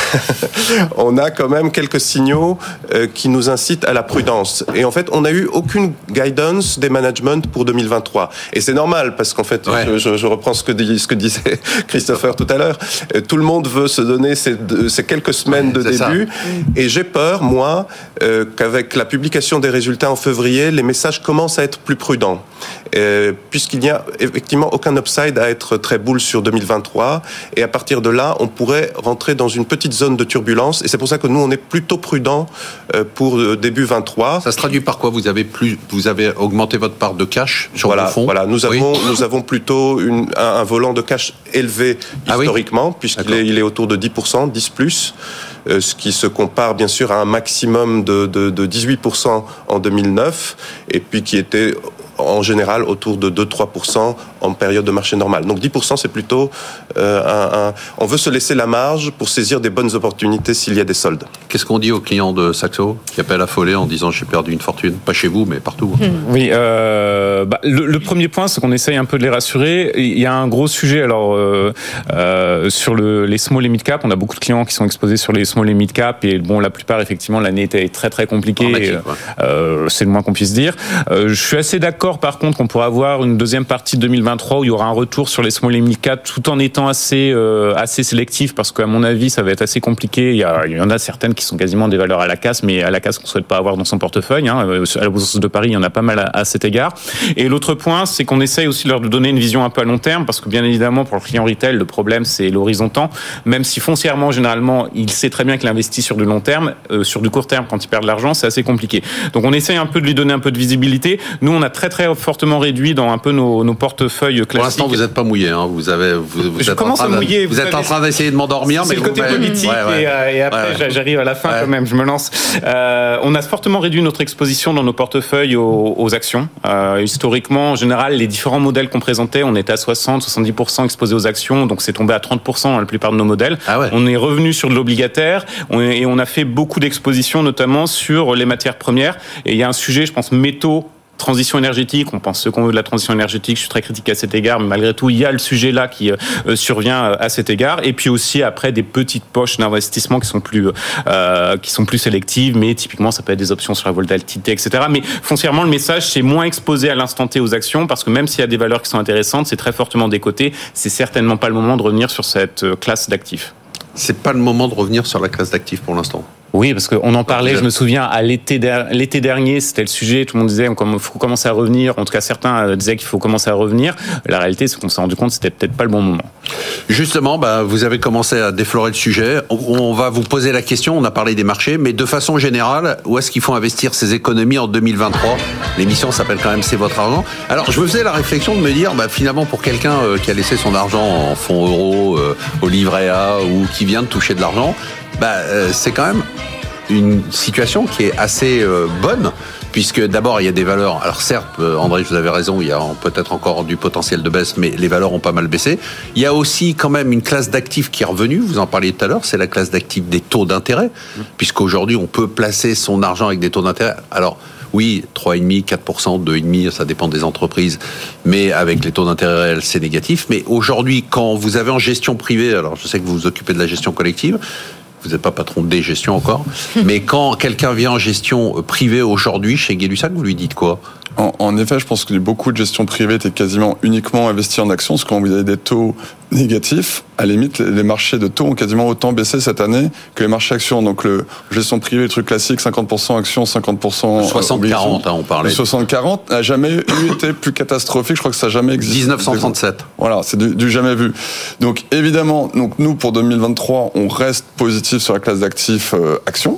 ça. On a quand même quelques signaux euh, qui nous incitent à la prudence. Et en fait, on n'a eu aucune guidance des managements pour deux mille vingt-trois. Et c'est normal parce qu'en fait, ouais. je, je, je reprends ce que, dit, ce que disait Christopher tout à l'heure. Euh, tout le monde veut se donner ces, ces quelques semaines de c'est début. Ça. Et j'ai peur, moi, euh, qu'avec la publication des résultats en février, les messages commencent à être plus prudents. Euh, puisqu'il n'y a effectivement aucun upside à être très bull sur deux mille vingt-trois. Et à partir de là, on pourrait rentrer dans une petite zone de turbulence. Et c'est pour ça que nous, on est plutôt prudent euh, pour euh, début vingt-trois. Ça se traduit par quoi ? Vous avez plus, vous avez augmenté votre part de cash sur voilà, vos fonds ? Voilà, nous avons, oui. nous avons plutôt une, un, un volant de cash élevé historiquement, ah oui puisqu'il est, il est autour de dix pour cent, dix plus, euh, ce qui se compare bien sûr à un maximum de, de, de dix-huit pour cent en deux mille neuf, et puis qui était en général autour de deux à trois pour cent en période de marché normal. Donc dix pour cent, c'est plutôt euh, un, un... On veut se laisser la marge pour saisir des bonnes opportunités s'il y a des soldes. Qu'est-ce qu'on dit aux clients de Saxo qui appellent affolés en disant j'ai perdu une fortune ? Pas chez vous, mais partout. Mmh. Oui, euh, bah, le, le premier point, c'est qu'on essaye un peu de les rassurer. Il y a un gros sujet alors euh, euh, sur le, les small et mid cap. On a beaucoup de clients qui sont exposés sur les small et mid cap et bon, la plupart effectivement l'année était très très compliquée. Et, euh, c'est le moins qu'on puisse dire. Euh, je suis assez d'accord. Par contre, qu'on pourrait avoir une deuxième partie de deux mille vingt-trois où il y aura un retour sur les small et mid cap tout en étant assez euh, assez sélectif parce qu'à mon avis, ça va être assez compliqué. Il y, a, il y en a certaines qui sont quasiment des valeurs à la casse, mais à la casse qu'on souhaite pas avoir dans son portefeuille. Hein. À la Bourse de Paris, il y en a pas mal à, à cet égard. Et l'autre point, c'est qu'on essaye aussi de leur donner une vision un peu à long terme parce que bien évidemment, pour le client retail, le problème c'est l'horizon temps. Même si foncièrement, généralement, il sait très bien qu'il investit sur du long terme, euh, sur du court terme, quand il perd de l'argent, c'est assez compliqué. Donc on essaye un peu de lui donner un peu de visibilité. Nous, on a très très fortement réduit dans un peu nos, nos portefeuilles classiques. Pour l'instant, vous n'êtes pas mouillé. Hein. Vous avez, vous, vous je êtes commence en train à mouiller. De, vous, vous êtes en train d'essayer de m'endormir, c'est mais le vous côté m'avez... politique ouais, ouais. Et, et après ouais, ouais. j'arrive à la fin ouais. quand même. Je me lance. Euh, on a fortement réduit notre exposition dans nos portefeuilles aux, aux actions. Euh, historiquement, en général, les différents modèles qu'on présentait, on était à soixante à soixante-dix pour cent exposés aux actions, donc c'est tombé à trente pour cent dans la plupart de nos modèles. Ah ouais. On est revenu sur de l'obligataire on est, et on a fait beaucoup d'expositions, notamment sur les matières premières. Et il y a un sujet, je pense, métaux. Transition énergétique, on pense ce qu'on veut de la transition énergétique, je suis très critique à cet égard, mais malgré tout, il y a le sujet là qui euh, survient à cet égard. Et puis aussi après des petites poches d'investissement qui sont plus euh, qui sont plus sélectives, mais typiquement ça peut être des options sur la volatilité, et cetera. Mais foncièrement, le message c'est moins exposé à l'instant T aux actions, parce que même s'il y a des valeurs qui sont intéressantes, c'est très fortement décoté. C'est certainement pas le moment de revenir sur cette classe d'actifs. C'est pas le moment de revenir sur la classe d'actifs pour l'instant. Oui, parce qu'on en parlait, je me souviens, à l'été, der- l'été dernier, c'était le sujet, tout le monde disait qu'il faut commencer à revenir, en tout cas certains disaient qu'il faut commencer à revenir. La réalité, c'est qu'on s'est rendu compte que c'était peut-être pas le bon moment. Justement, bah, vous avez commencé à déflorer le sujet. On va vous poser la question, on a parlé des marchés, mais de façon générale, où est-ce qu'il faut investir ses économies en deux mille vingt-trois ? L'émission s'appelle quand même « C'est votre argent ». Alors, je me faisais la réflexion de me dire, bah, finalement, pour quelqu'un euh, qui a laissé son argent en fonds euros, euh, au livret A, ou qui vient de toucher de l'argent, bah, euh, c'est quand même une situation qui est assez euh, bonne, puisque d'abord il y a des valeurs, alors certes euh, André, vous avez raison, il y a peut-être encore du potentiel de baisse, mais les valeurs ont pas mal baissé. Il y a aussi quand même une classe d'actifs qui est revenue, vous en parliez tout à l'heure, c'est la classe d'actifs des taux d'intérêt, mmh. puisqu'aujourd'hui on peut placer son argent avec des taux d'intérêt. Alors oui, trois virgule cinq, quatre pour cent, deux virgule cinq, ça dépend des entreprises, mais avec les taux d'intérêt réels, c'est négatif. Mais aujourd'hui, quand vous avez en gestion privée, alors je sais que vous vous occupez de la gestion collective, vous n'êtes pas patron de gestion encore, mais quand quelqu'un vient en gestion privée aujourd'hui chez Gay-Lussac, vous lui dites quoi ? En, en effet, je pense que beaucoup de gestion privée étaient quasiment uniquement investis en actions, parce que quand vous avez des taux négatifs, à la limite, les marchés de taux ont quasiment autant baissé cette année que les marchés actions. Donc, le gestion privée, le truc classique, cinquante pour cent actions, cinquante pour cent soixante quarante, hein, on parlait. Le soixante quarante n'a jamais eu été plus catastrophique. Je crois que ça n'a jamais existé. dix-neuf cent trente-sept. Voilà, c'est du, du jamais vu. Donc, évidemment, donc nous, pour deux mille vingt-trois, on reste positif sur la classe d'actifs euh, actions.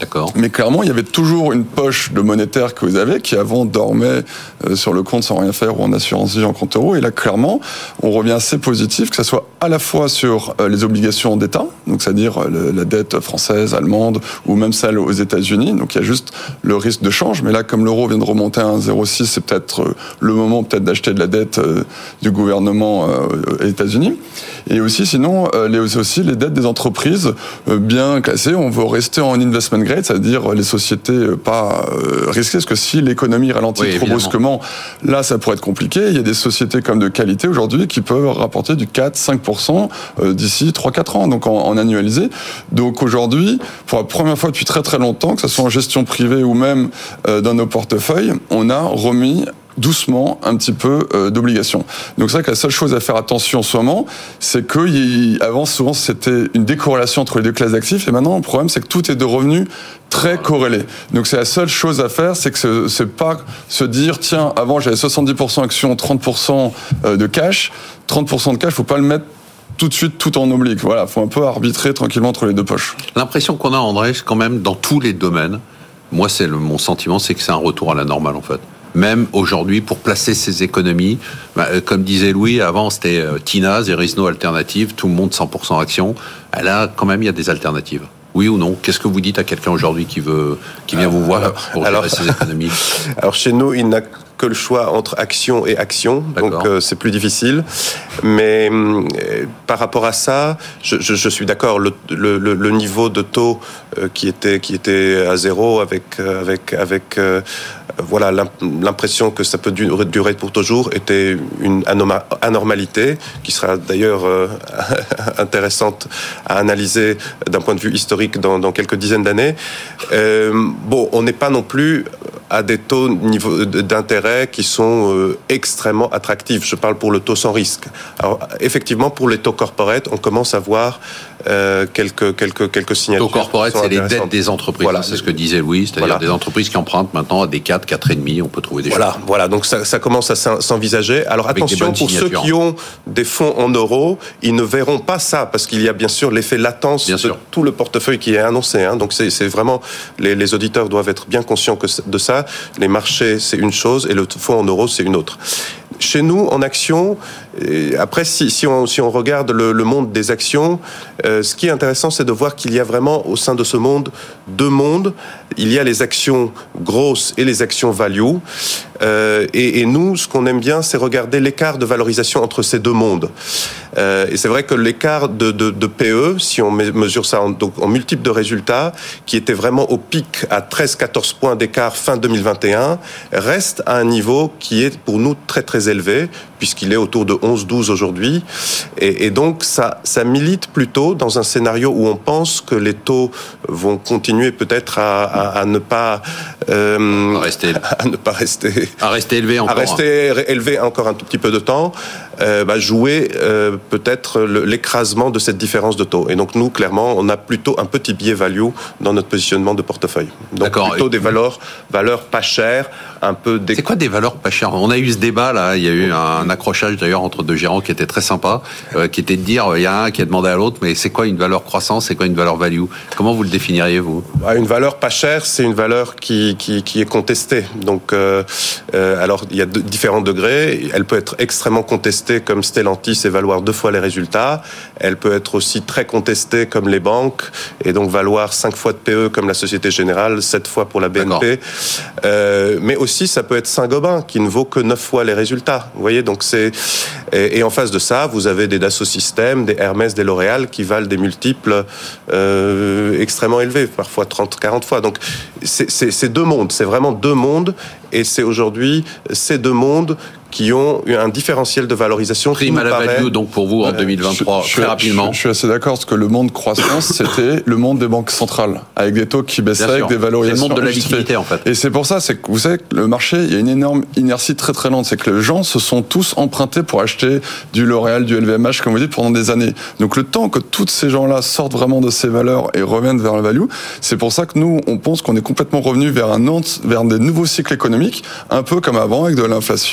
D'accord. Mais clairement, il y avait toujours une poche de monétaire que vous avez qui avant dormait euh, sur le compte sans rien faire ou en assurance vie en compte euro. Et là, clairement, on revient assez positif, que ce soit à la fois sur euh, les obligations d'État, donc c'est-à-dire euh, le, la dette française, allemande ou même celle aux États-Unis. Donc il y a juste le risque de change. Mais là, comme l'euro vient de remonter à un virgule zéro six, c'est peut-être euh, le moment peut-être d'acheter de la dette euh, du gouvernement euh, aux États-Unis. Et aussi, sinon, euh, les, aussi les dettes des entreprises euh, bien classées. On veut rester en investment grade, c'est-à-dire les sociétés pas euh, risquées, parce que si l'économie ralentit oui, trop évidemment. brusquement, là, ça pourrait être compliqué. Il y a des sociétés comme de qualité aujourd'hui qui peuvent rapporter du quatre à cinq pour cent euh, d'ici trois à quatre ans, donc en, en annualisé. Donc aujourd'hui, pour la première fois depuis très très longtemps, que ce soit en gestion privée ou même euh, dans nos portefeuilles, on a remis doucement un petit peu euh, d'obligations. Donc c'est vrai que la seule chose à faire attention en ce moment, c'est que y, avant souvent c'était une décorrélation entre les deux classes d'actifs, et maintenant le problème c'est que tout est de revenus très corrélé. Donc c'est la seule chose à faire, c'est que c'est, c'est pas se dire tiens avant j'avais soixante-dix pour cent actions, trente pour cent de cash, trente pour cent de cash, faut pas le mettre tout de suite tout en oblique. Voilà, faut un peu arbitrer tranquillement entre les deux poches. L'impression qu'on a, André, c'est quand même dans tous les domaines, moi c'est le, mon sentiment, c'est que c'est un retour à la normale en fait. Même aujourd'hui, pour placer ses économies, bah, comme disait Louis, avant c'était euh, Tina, there is no alternative, tout le monde cent pour cent action. Là, quand même, il y a des alternatives. Oui ou non? Qu'est-ce que vous dites à quelqu'un aujourd'hui qui veut, qui vient vous voir alors, pour gérer ses économies? Alors chez nous, il n'a que le choix entre action et action, D'accord. donc euh, c'est plus difficile. Mais euh, par rapport à ça, je, je, je suis d'accord. Le, le, le niveau de taux euh, qui était qui était à zéro, avec euh, avec avec euh, voilà l'impression que ça peut durer pour toujours, était une anormalité qui sera d'ailleurs euh, intéressante à analyser d'un point de vue historique dans, dans quelques dizaines d'années. Euh, bon, on n'est pas non plus à des taux niveau d'intérêt qui sont euh, extrêmement attractifs. Je parle pour le taux sans risque. Alors, effectivement, pour les taux corporate, on commence à voir euh, quelques quelques quelques signatures. Taux corporate, c'est les dettes des entreprises. Voilà. C'est ce que disait Louis, c'est-à-dire voilà. des entreprises qui empruntent maintenant à des quatre, quatre virgule cinq. On peut trouver des voilà, choses. Voilà, donc ça, ça commence à s'envisager. Alors avec attention, pour ceux qui ont des fonds en euros, ils ne verront pas ça, parce qu'il y a bien sûr l'effet latence bien de sûr. Tout le portefeuille qui est annoncé. Hein. Donc c'est, c'est vraiment, les, les auditeurs doivent être bien conscients que de ça. Les marchés, c'est une chose, et le fonds en euros, c'est une autre. Chez nous, en action, après, si, si, on, si on regarde le, le monde des actions, euh, ce qui est intéressant, c'est de voir qu'il y a vraiment, au sein de ce monde, deux mondes. Il y a les actions grosses et les actions value. Euh, et, et nous, ce qu'on aime bien, c'est regarder l'écart de valorisation entre ces deux mondes. Euh, et c'est vrai que l'écart de, de, de P E, si on mesure ça en, donc en multiple de résultats, qui était vraiment au pic à treize à quatorze points d'écart fin deux mille vingt et un, reste à un niveau qui est pour nous très très élevé, puisqu'il est autour de onze à douze aujourd'hui. Et, et donc, ça, ça milite plutôt dans un scénario où on pense que les taux vont continuer peut-être à, à, à ne pas... Euh, à, rester, à ne pas rester... À rester élevé encore. À rester hein. élevé encore un tout petit peu de temps. Euh, bah, jouer euh, peut-être le, l'écrasement de cette différence de taux. Et donc, nous, clairement, on a plutôt un petit biais value dans notre positionnement de portefeuille. Donc, D'accord. plutôt des valeurs, valeurs pas chères, un peu... Dé... C'est quoi des valeurs pas chères? On a eu ce débat, là, il y a eu un accrochage d'ailleurs entre deux gérants qui était très sympa, euh, qui était de dire, il y a un qui a demandé à l'autre, mais c'est quoi une valeur croissance, c'est quoi une valeur value? Comment vous le définiriez, vous? Bah, une valeur pas chère, c'est une valeur qui, qui, qui est contestée. Donc, euh, euh, alors, il y a de, différents degrés. Elle peut être extrêmement contestée, comme Stellantis et valoir deux fois les résultats. Elle peut être aussi très contestée, comme les banques, et donc valoir cinq fois de P E, comme la Société Générale, sept fois pour la B N P. Euh, mais aussi, ça peut être Saint-Gobain, qui ne vaut que neuf fois les résultats. Vous voyez, donc c'est... Et, et en face de ça, vous avez des Dassault Systèmes, des Hermès, des L'Oréal, qui valent des multiples euh, extrêmement élevés, parfois trente, quarante fois. Donc, c'est, c'est, c'est deux mondes. C'est vraiment deux mondes. Et c'est aujourd'hui ces deux mondes qui ont eu un différentiel de valorisation. Prime à la paraît... value, donc pour vous, en deux mille vingt-trois, je, je, très rapidement. Je, je suis assez d'accord, parce que le monde croissance, c'était le monde des banques centrales, avec des taux qui baissaient, avec des valorisations. C'est le monde de la liquidité, en fait. Et c'est pour ça, c'est que vous savez que le marché, il y a une énorme inertie très très lente. C'est que les gens se sont tous empruntés pour acheter du L'Oréal, du L V M H, comme vous dites, pendant des années. Donc le temps que tous ces gens-là sortent vraiment de ces valeurs et reviennent vers la value, c'est pour ça que nous, on pense qu'on est complètement revenu vers un vers des nouveaux cycles économiques, un peu comme avant, avec de l'inflation.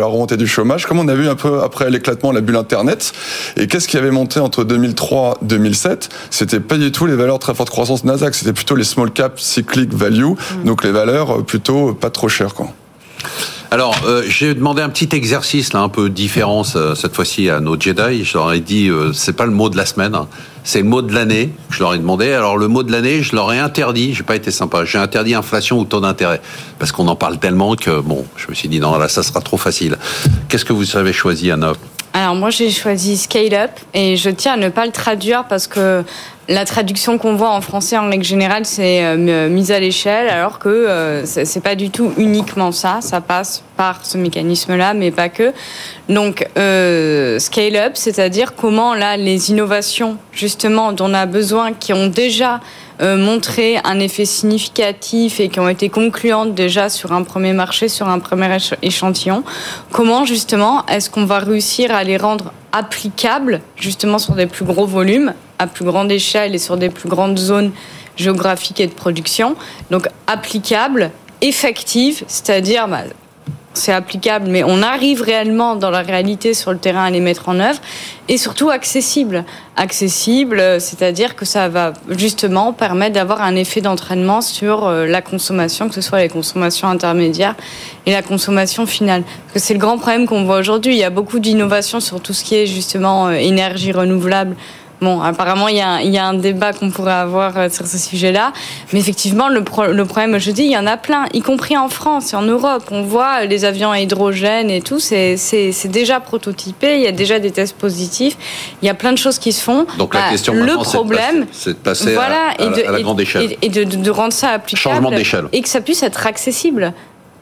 la remontée du chômage, comme on a vu un peu après l'éclatement de la bulle Internet. Et qu'est-ce qui avait monté entre deux mille trois et deux mille sept? C'était pas du tout les valeurs très forte croissance Nasdaq, c'était plutôt les small cap cyclic value, mmh. donc les valeurs plutôt pas trop chères, quoi. Alors, euh, j'ai demandé un petit exercice là, un peu différent cette fois-ci à nos Jedi. Je leur ai dit, euh, c'est pas le mot de la semaine, hein. C'est le mot de l'année. Je leur ai demandé. Alors, le mot de l'année, je leur ai interdit. J'ai pas été sympa. J'ai interdit inflation ou taux d'intérêt parce qu'on en parle tellement que bon, je me suis dit non là, ça sera trop facile. Qu'est-ce que vous avez choisi, Anna? Alors moi j'ai choisi Scale Up et je tiens à ne pas le traduire parce que la traduction qu'on voit en français en règle générale c'est euh, mise à l'échelle alors que euh, c'est, c'est pas du tout uniquement ça, ça passe par ce mécanisme-là mais pas que. Donc euh, Scale Up, c'est-à-dire comment là les innovations justement dont on a besoin qui ont déjà Euh, montrer un effet significatif et qui ont été concluantes déjà sur un premier marché, sur un premier échantillon. Comment justement est-ce qu'on va réussir à les rendre applicables justement sur des plus gros volumes, à plus grande échelle et sur des plus grandes zones géographiques et de production. Donc applicables, effectives, c'est-à-dire bah, c'est applicable, mais on arrive réellement dans la réalité sur le terrain à les mettre en œuvre, et surtout accessible. Accessible, c'est-à-dire que ça va justement permettre d'avoir un effet d'entraînement sur la consommation, que ce soit les consommations intermédiaires et la consommation finale. Parce que c'est le grand problème qu'on voit aujourd'hui. Il y a beaucoup d'innovations sur tout ce qui est justement énergie renouvelable. Bon, apparemment, il y a, il y a un débat qu'on pourrait avoir sur ce sujet-là. Mais effectivement, le, pro, le problème, je dis, il y en a plein, y compris en France et en Europe. On voit les avions à hydrogène et tout, c'est, c'est, c'est déjà prototypé, il y a déjà des tests positifs. Il y a plein de choses qui se font. Donc la bah, question maintenant, le problème, c'est de passer, c'est de passer voilà, à, à, de, à la grande échelle. Et, et de, de, de rendre ça applicable. Changement d'échelle. Et que ça puisse être accessible.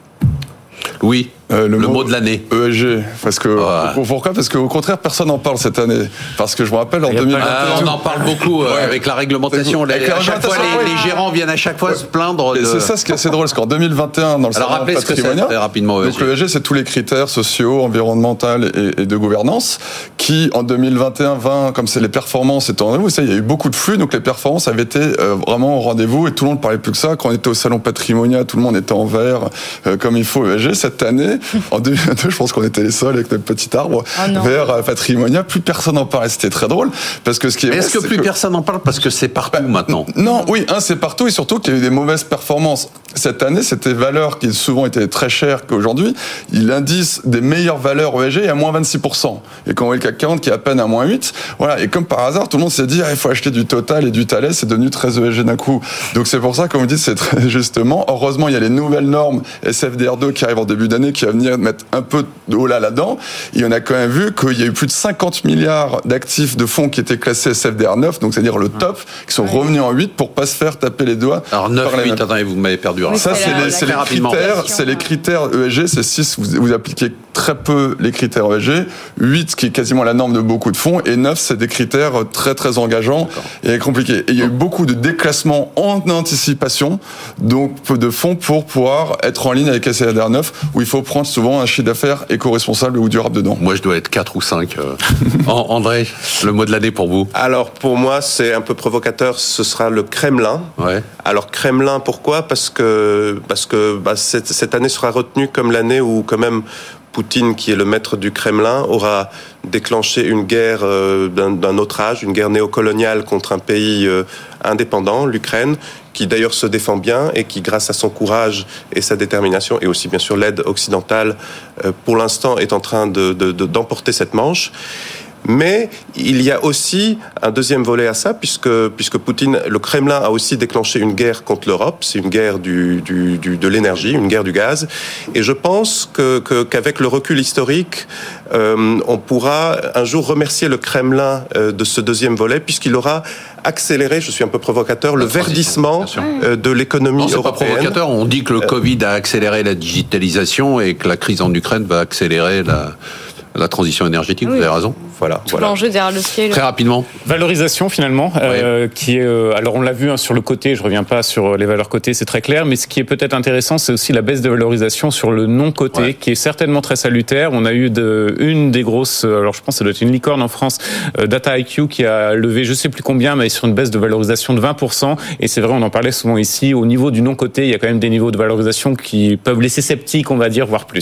Oui. Euh, le, le mot, mot de l'année. E S G. Parce que, ouais. Pourquoi? Parce qu'au contraire, personne n'en parle cette année. Parce que je me rappelle, en deux mille vingt et un. Ah, on en parle beaucoup, euh, ouais. avec la réglementation. Les, à chaque fois, les, les gérants viennent à chaque fois ouais. se plaindre. De... C'est ça ce qui est assez drôle, parce qu'en deux mille vingt et un, dans le Alors, rappelez ce que c'est, très rapidement. Donc, l'E S G, c'est tous les critères sociaux, environnementaux et, et de gouvernance, qui, en deux mille vingt et un vingt, comme c'est les performances étaient en rendez-vous, il y a eu beaucoup de flux, donc les performances avaient été euh, vraiment au rendez-vous, et tout le monde parlait plus que ça. Quand on était au salon Patrimonia, tout le monde était en vert, euh, comme il faut, E S G. Cette année, en deux mille vingt-deux, je pense qu'on était les seuls avec notre petit arbre oh vers Patrimonia. Plus personne n'en parlait. C'était très drôle parce que ce qui est. Est-ce vrai, que plus que... personne n'en parle parce que c'est partout bah, maintenant? Non, oui, un c'est partout et surtout qu'il y a eu des mauvaises performances. Cette année, c'était valeurs qui souvent étaient très chères qu'aujourd'hui. L'indice des meilleures valeurs E S G est à moins vingt-six pour cent. Et quand on voit le C A C quarante qui est à peine à moins huit, voilà. Et comme par hasard, tout le monde s'est dit, ah, il faut acheter du Total et du Thales, c'est devenu très E S G d'un coup. Donc c'est pour ça, comme vous dites, c'est très justement. Heureusement, il y a les nouvelles normes S F D R deux qui arrivent en début d'année, qui va venir mettre un peu de haut là là-dedans. Et on a quand même vu qu'il y a eu plus de cinquante milliards d'actifs de fonds qui étaient classés S F D R neuf, donc c'est-à-dire le top, qui sont revenus en huit pour pas se faire taper les doigts. Alors neuf, huit, attendez, vous m'avez perdu. Oui, ça, c'est, c'est, les, c'est les critères, c'est les critères E S G, c'est six, vous, vous appliquez très peu les critères E S G, huit qui est quasiment la norme de beaucoup de fonds, et neuf c'est des critères très très engageants et compliqués. Et il y a eu beaucoup de déclassements en anticipation, donc de fonds pour pouvoir être en ligne avec S F D R neuf, où il faut prendre souvent un chiffre d'affaires éco-responsable ou durable dedans. Moi je dois être quatre ou cinq. Euh... André, le mot de l'année pour vous? Alors pour moi c'est un peu provocateur, ce sera le Kremlin. Ouais. Alors Kremlin, pourquoi? Parce que, parce que bah, cette, cette année sera retenue comme l'année où quand même Poutine, qui est le maître du Kremlin, aura déclenché une guerre euh, d'un, d'un autre âge, une guerre néocoloniale contre un pays euh, indépendant, l'Ukraine, qui d'ailleurs se défend bien et qui, grâce à son courage et sa détermination, et aussi bien sûr l'aide occidentale, euh, pour l'instant est en train de, de, de, d'emporter cette manche. Mais il y a aussi un deuxième volet à ça, puisque, puisque Poutine, le Kremlin a aussi déclenché une guerre contre l'Europe. C'est une guerre du, du, du, de l'énergie, une guerre du gaz. Et je pense que, que, qu'avec le recul historique, euh, on pourra un jour remercier le Kremlin euh, de ce deuxième volet, puisqu'il aura accéléré, je suis un peu provocateur, le verdissement euh, de l'économie non, c'est européenne. Pas provocateur. On dit que le Covid a accéléré la digitalisation et que la crise en Ukraine va accélérer la... la transition énergétique, oui. Vous avez raison. Voilà. Tout voilà. l'enjeu derrière le scale. Très rapidement. Valorisation finalement, oui. euh, qui est. Euh, alors on l'a vu hein, sur le côté. Je reviens pas sur les valeurs cotées, c'est très clair. Mais ce qui est peut-être intéressant, c'est aussi la baisse de valorisation sur le non coté, ouais. qui est certainement très salutaire. On a eu de, une des grosses. Alors je pense que ça doit être une licorne en France, euh, Data I Q, qui a levé, je sais plus combien, mais sur une baisse de valorisation de vingt pour cent. Et c'est vrai, on en parlait souvent ici. Au niveau du non coté, il y a quand même des niveaux de valorisation qui peuvent laisser sceptiques, on va dire, voire plus.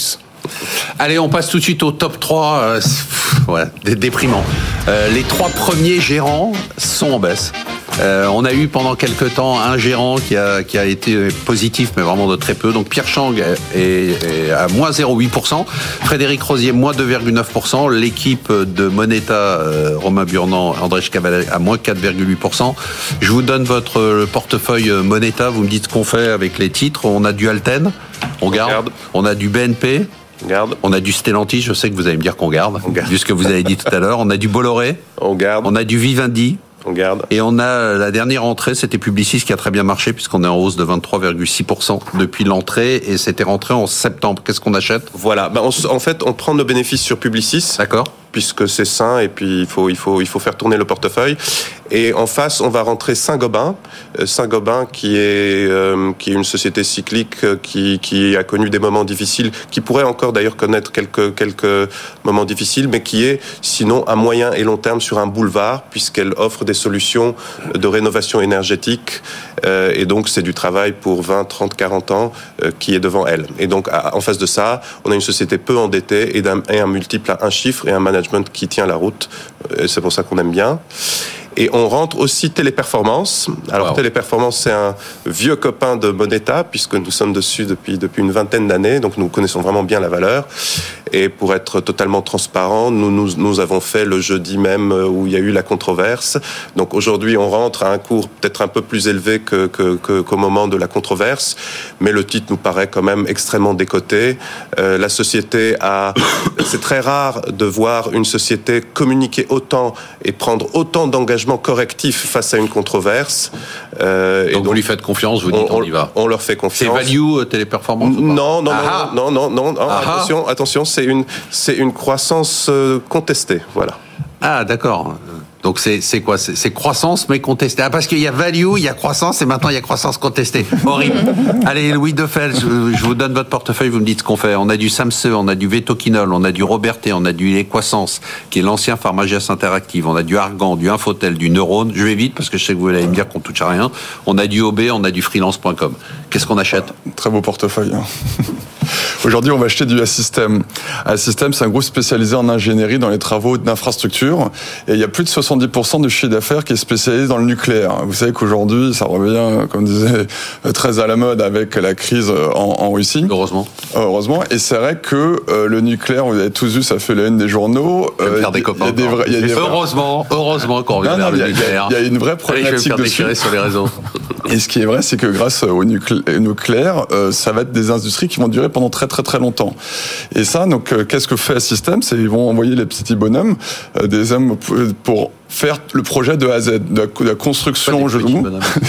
Allez, on passe tout de suite au top trois. Euh, voilà, déprimant. Euh, les trois premiers gérants sont en baisse. Euh, on a eu pendant quelques temps un gérant qui a, qui a été positif, mais vraiment de très peu. Donc Pierre Chang est, est à moins zéro virgule huit pour cent. Frédéric Rosier, moins deux virgule neuf pour cent. L'équipe de Moneta, euh, Romain Burnand, André Schcabalet, à moins quatre virgule huit pour cent. Je vous donne votre portefeuille Moneta. Vous me dites ce qu'on fait avec les titres. On a du Alten, on, on garde. garde. On a du B N P. On garde. On a du Stellantis, je sais que vous allez me dire qu'on garde, on garde. Vu ce que vous avez dit tout à l'heure. On a du Bolloré. On garde. On a du Vivendi. On garde. Et on a la dernière entrée, c'était Publicis qui a très bien marché puisqu'on est en hausse de vingt-trois virgule six pour cent depuis l'entrée et c'était rentré en septembre. Qu'est-ce qu'on achète ? Voilà, ben on, en fait on prend nos bénéfices sur Publicis. D'accord. Puisque c'est sain et puis il faut, il faut, il faut faire tourner le portefeuille. Et en face, on va rentrer Saint-Gobain. Saint-Gobain qui est, euh, qui est une société cyclique qui, qui a connu des moments difficiles, qui pourrait encore d'ailleurs connaître quelques, quelques moments difficiles, mais qui est sinon à moyen et long terme sur un boulevard, puisqu'elle offre des solutions de rénovation énergétique. Euh, et donc, c'est du travail pour vingt, trente, quarante ans euh, qui est devant elle. Et donc, à, en face de ça, on a une société peu endettée et, d'un, et un multiple à un chiffre et un management qui tient la route. Et c'est pour ça qu'on aime bien. Et on rentre aussi Téléperformance. Alors wow. Téléperformance, c'est un vieux copain de Moneta, puisque nous sommes dessus depuis, depuis une vingtaine d'années, donc nous connaissons vraiment bien la valeur. Et pour être totalement transparent, nous, nous, nous avons fait le jeudi même où il y a eu la controverse. Donc aujourd'hui, on rentre à un cours peut-être un peu plus élevé que, que, que, qu'au moment de la controverse, mais le titre nous paraît quand même extrêmement décoté. Euh, la société a... C'est très rare de voir une société communiquer autant et prendre autant d'engagements correctifs face à une controverse. Euh, donc, et donc vous lui faites confiance, vous dites on, on y va. On leur fait confiance. C'est value Téléperformance ou pas ? Non, non, non, non, non, non. Attention, attention, c'est une, c'est une croissance contestée, voilà. Ah, d'accord. Donc c'est, c'est quoi ? c'est, c'est croissance mais contestée. Ah, parce qu'il y a value, il y a croissance et maintenant il y a croissance contestée. Horrible. Allez, Louis Defel, je, je vous donne votre portefeuille, vous me dites ce qu'on fait. On a du Samse, on a du Vetoquinol, on a du Robertet, on a du Equasens, qui est l'ancien Pharmagias Interactive, on a du Argan, du Infotel, du Neurone. Je vais vite parce que je sais que vous allez me dire qu'on touche à rien. On a du O B, on a du freelance point com. Qu'est-ce qu'on achète ? Très beau portefeuille. Hein. Aujourd'hui, on va acheter du A-System. A-System, c'est un groupe spécialisé en ingénierie dans les travaux d'infrastructure. Et il y a plus de soixante-dix pour cent de chiffre d'affaires qui est spécialisé dans le nucléaire. Vous savez qu'aujourd'hui, ça revient, comme je disais, très à la mode avec la crise en, en Russie. Heureusement. Heureusement. Et c'est vrai que euh, le nucléaire, vous avez tous vu, ça fait la une des journaux. Je vais me faire des copains. Il y a des vrais, il y a des heureusement, heureusement qu'on revient vers le nucléaire. Il y a une vraie problématique Allez, je vais me faire déchirer sur les réseaux. Et ce qui est vrai, c'est que grâce au nucléaire, euh, ça va être des industries qui vont durer pendant très très très longtemps. Et ça, donc, euh, qu'est-ce que fait A-System ? C'est ils vont envoyer les petits bonhommes, euh, des hommes pour faire le projet de A à Z, de la, de la construction. Je vous.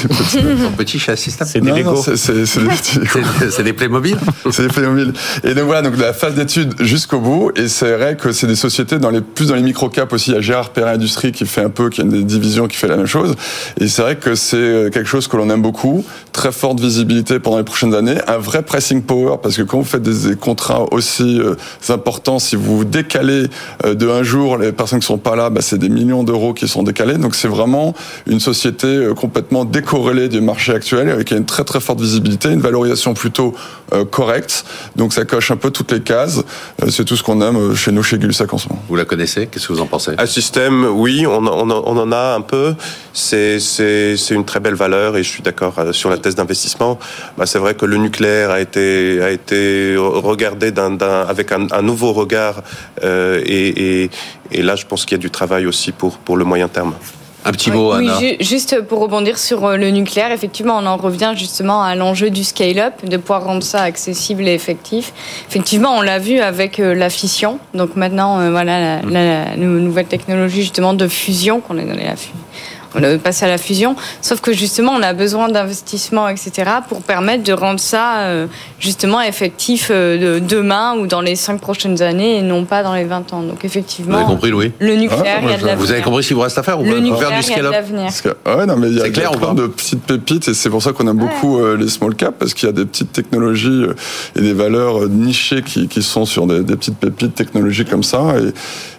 Son petit chez A-System. C'est des Lego. C'est, c'est, c'est, des petits Lego. c'est, c'est des Playmobil. C'est des Playmobil. Et donc voilà, donc de la phase d'étude jusqu'au bout. Et c'est vrai que c'est des sociétés dans les plus dans les micro-caps aussi. Il y a Gérard Perrin Industrie qui fait un peu, qui a une division qui fait la même chose. Et c'est vrai que c'est quelque chose que l'on aime beaucoup. Très forte visibilité pendant les prochaines années. Un vrai pricing power parce que quand vous faites des, des contrats aussi euh, importants, si vous décalez euh, de un jour les personnes qui sont pas là, bah, c'est des millions d'euros qui sont décalés. Donc c'est vraiment une société complètement décorrélée du marché actuel avec une très très forte visibilité, une valorisation plutôt euh, correcte. Donc ça coche un peu toutes les cases. Euh, c'est tout ce qu'on aime chez nous, chez Gay-Lussac en ce moment. Vous la connaissez ? Qu'est-ce que vous en pensez ? A-System, oui, on, on, on en a un peu. C'est, c'est, c'est une très belle valeur et je suis d'accord sur la thèse d'investissement. Bah, c'est vrai que le nucléaire a été, a été regardé d'un, d'un, avec un, un nouveau regard euh, et, et, et là je pense qu'il y a du travail aussi pour, pour le moyen terme. Un petit mot, oui, Anna. Oui, juste pour rebondir sur le nucléaire, effectivement, on en revient justement à l'enjeu du scale-up, de pouvoir rendre ça accessible et effectif. Effectivement, on l'a vu avec la fission. Donc maintenant, voilà, la, la, la nouvelle technologie justement de fusion, qu'on est dans la fusion. On a passé à la fusion, sauf que justement on a besoin d'investissements, et cetera, pour permettre de rendre ça euh, justement effectif euh, de demain ou dans les cinq prochaines années et non pas dans les vingt ans. Donc effectivement, vous avez compris, Louis ? Le nucléaire, il ah, y a de l'avenir. Vous avez compris ce qu'il vous reste à faire ou le pas ? nucléaire, faire du il y a de l'avenir. Parce que, ouais, non, mais il y a, c'est clair, il y a plein de petites pépites et c'est pour ça qu'on aime beaucoup ouais. euh, les small caps parce qu'il y a des petites technologies euh, et des valeurs euh, nichées qui, qui sont sur des, des petites pépites technologiques comme ça et,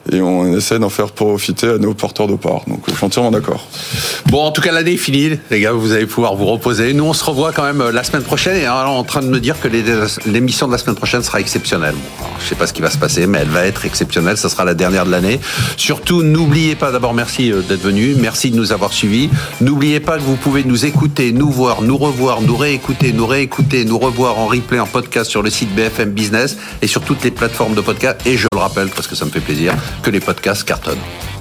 et on essaie d'en faire profiter à nos porteurs de parts. Donc je suis entièrement d'accord. Bon, en tout cas, l'année est finie, les gars, vous allez pouvoir vous reposer. Nous, on se revoit quand même la semaine prochaine, et alors, en train de me dire que les, l'émission de la semaine prochaine sera exceptionnelle. Bon, alors, je sais pas ce qui va se passer, mais elle va être exceptionnelle, ça sera la dernière de l'année. Surtout, n'oubliez pas, d'abord, merci d'être venu, merci de nous avoir suivis. N'oubliez pas que vous pouvez nous écouter, nous voir, nous revoir, nous réécouter, nous réécouter, nous revoir en replay, en podcast sur le site B F M Business et sur toutes les plateformes de podcast. Et je le rappelle, parce que ça me fait plaisir, que les podcasts cartonnent.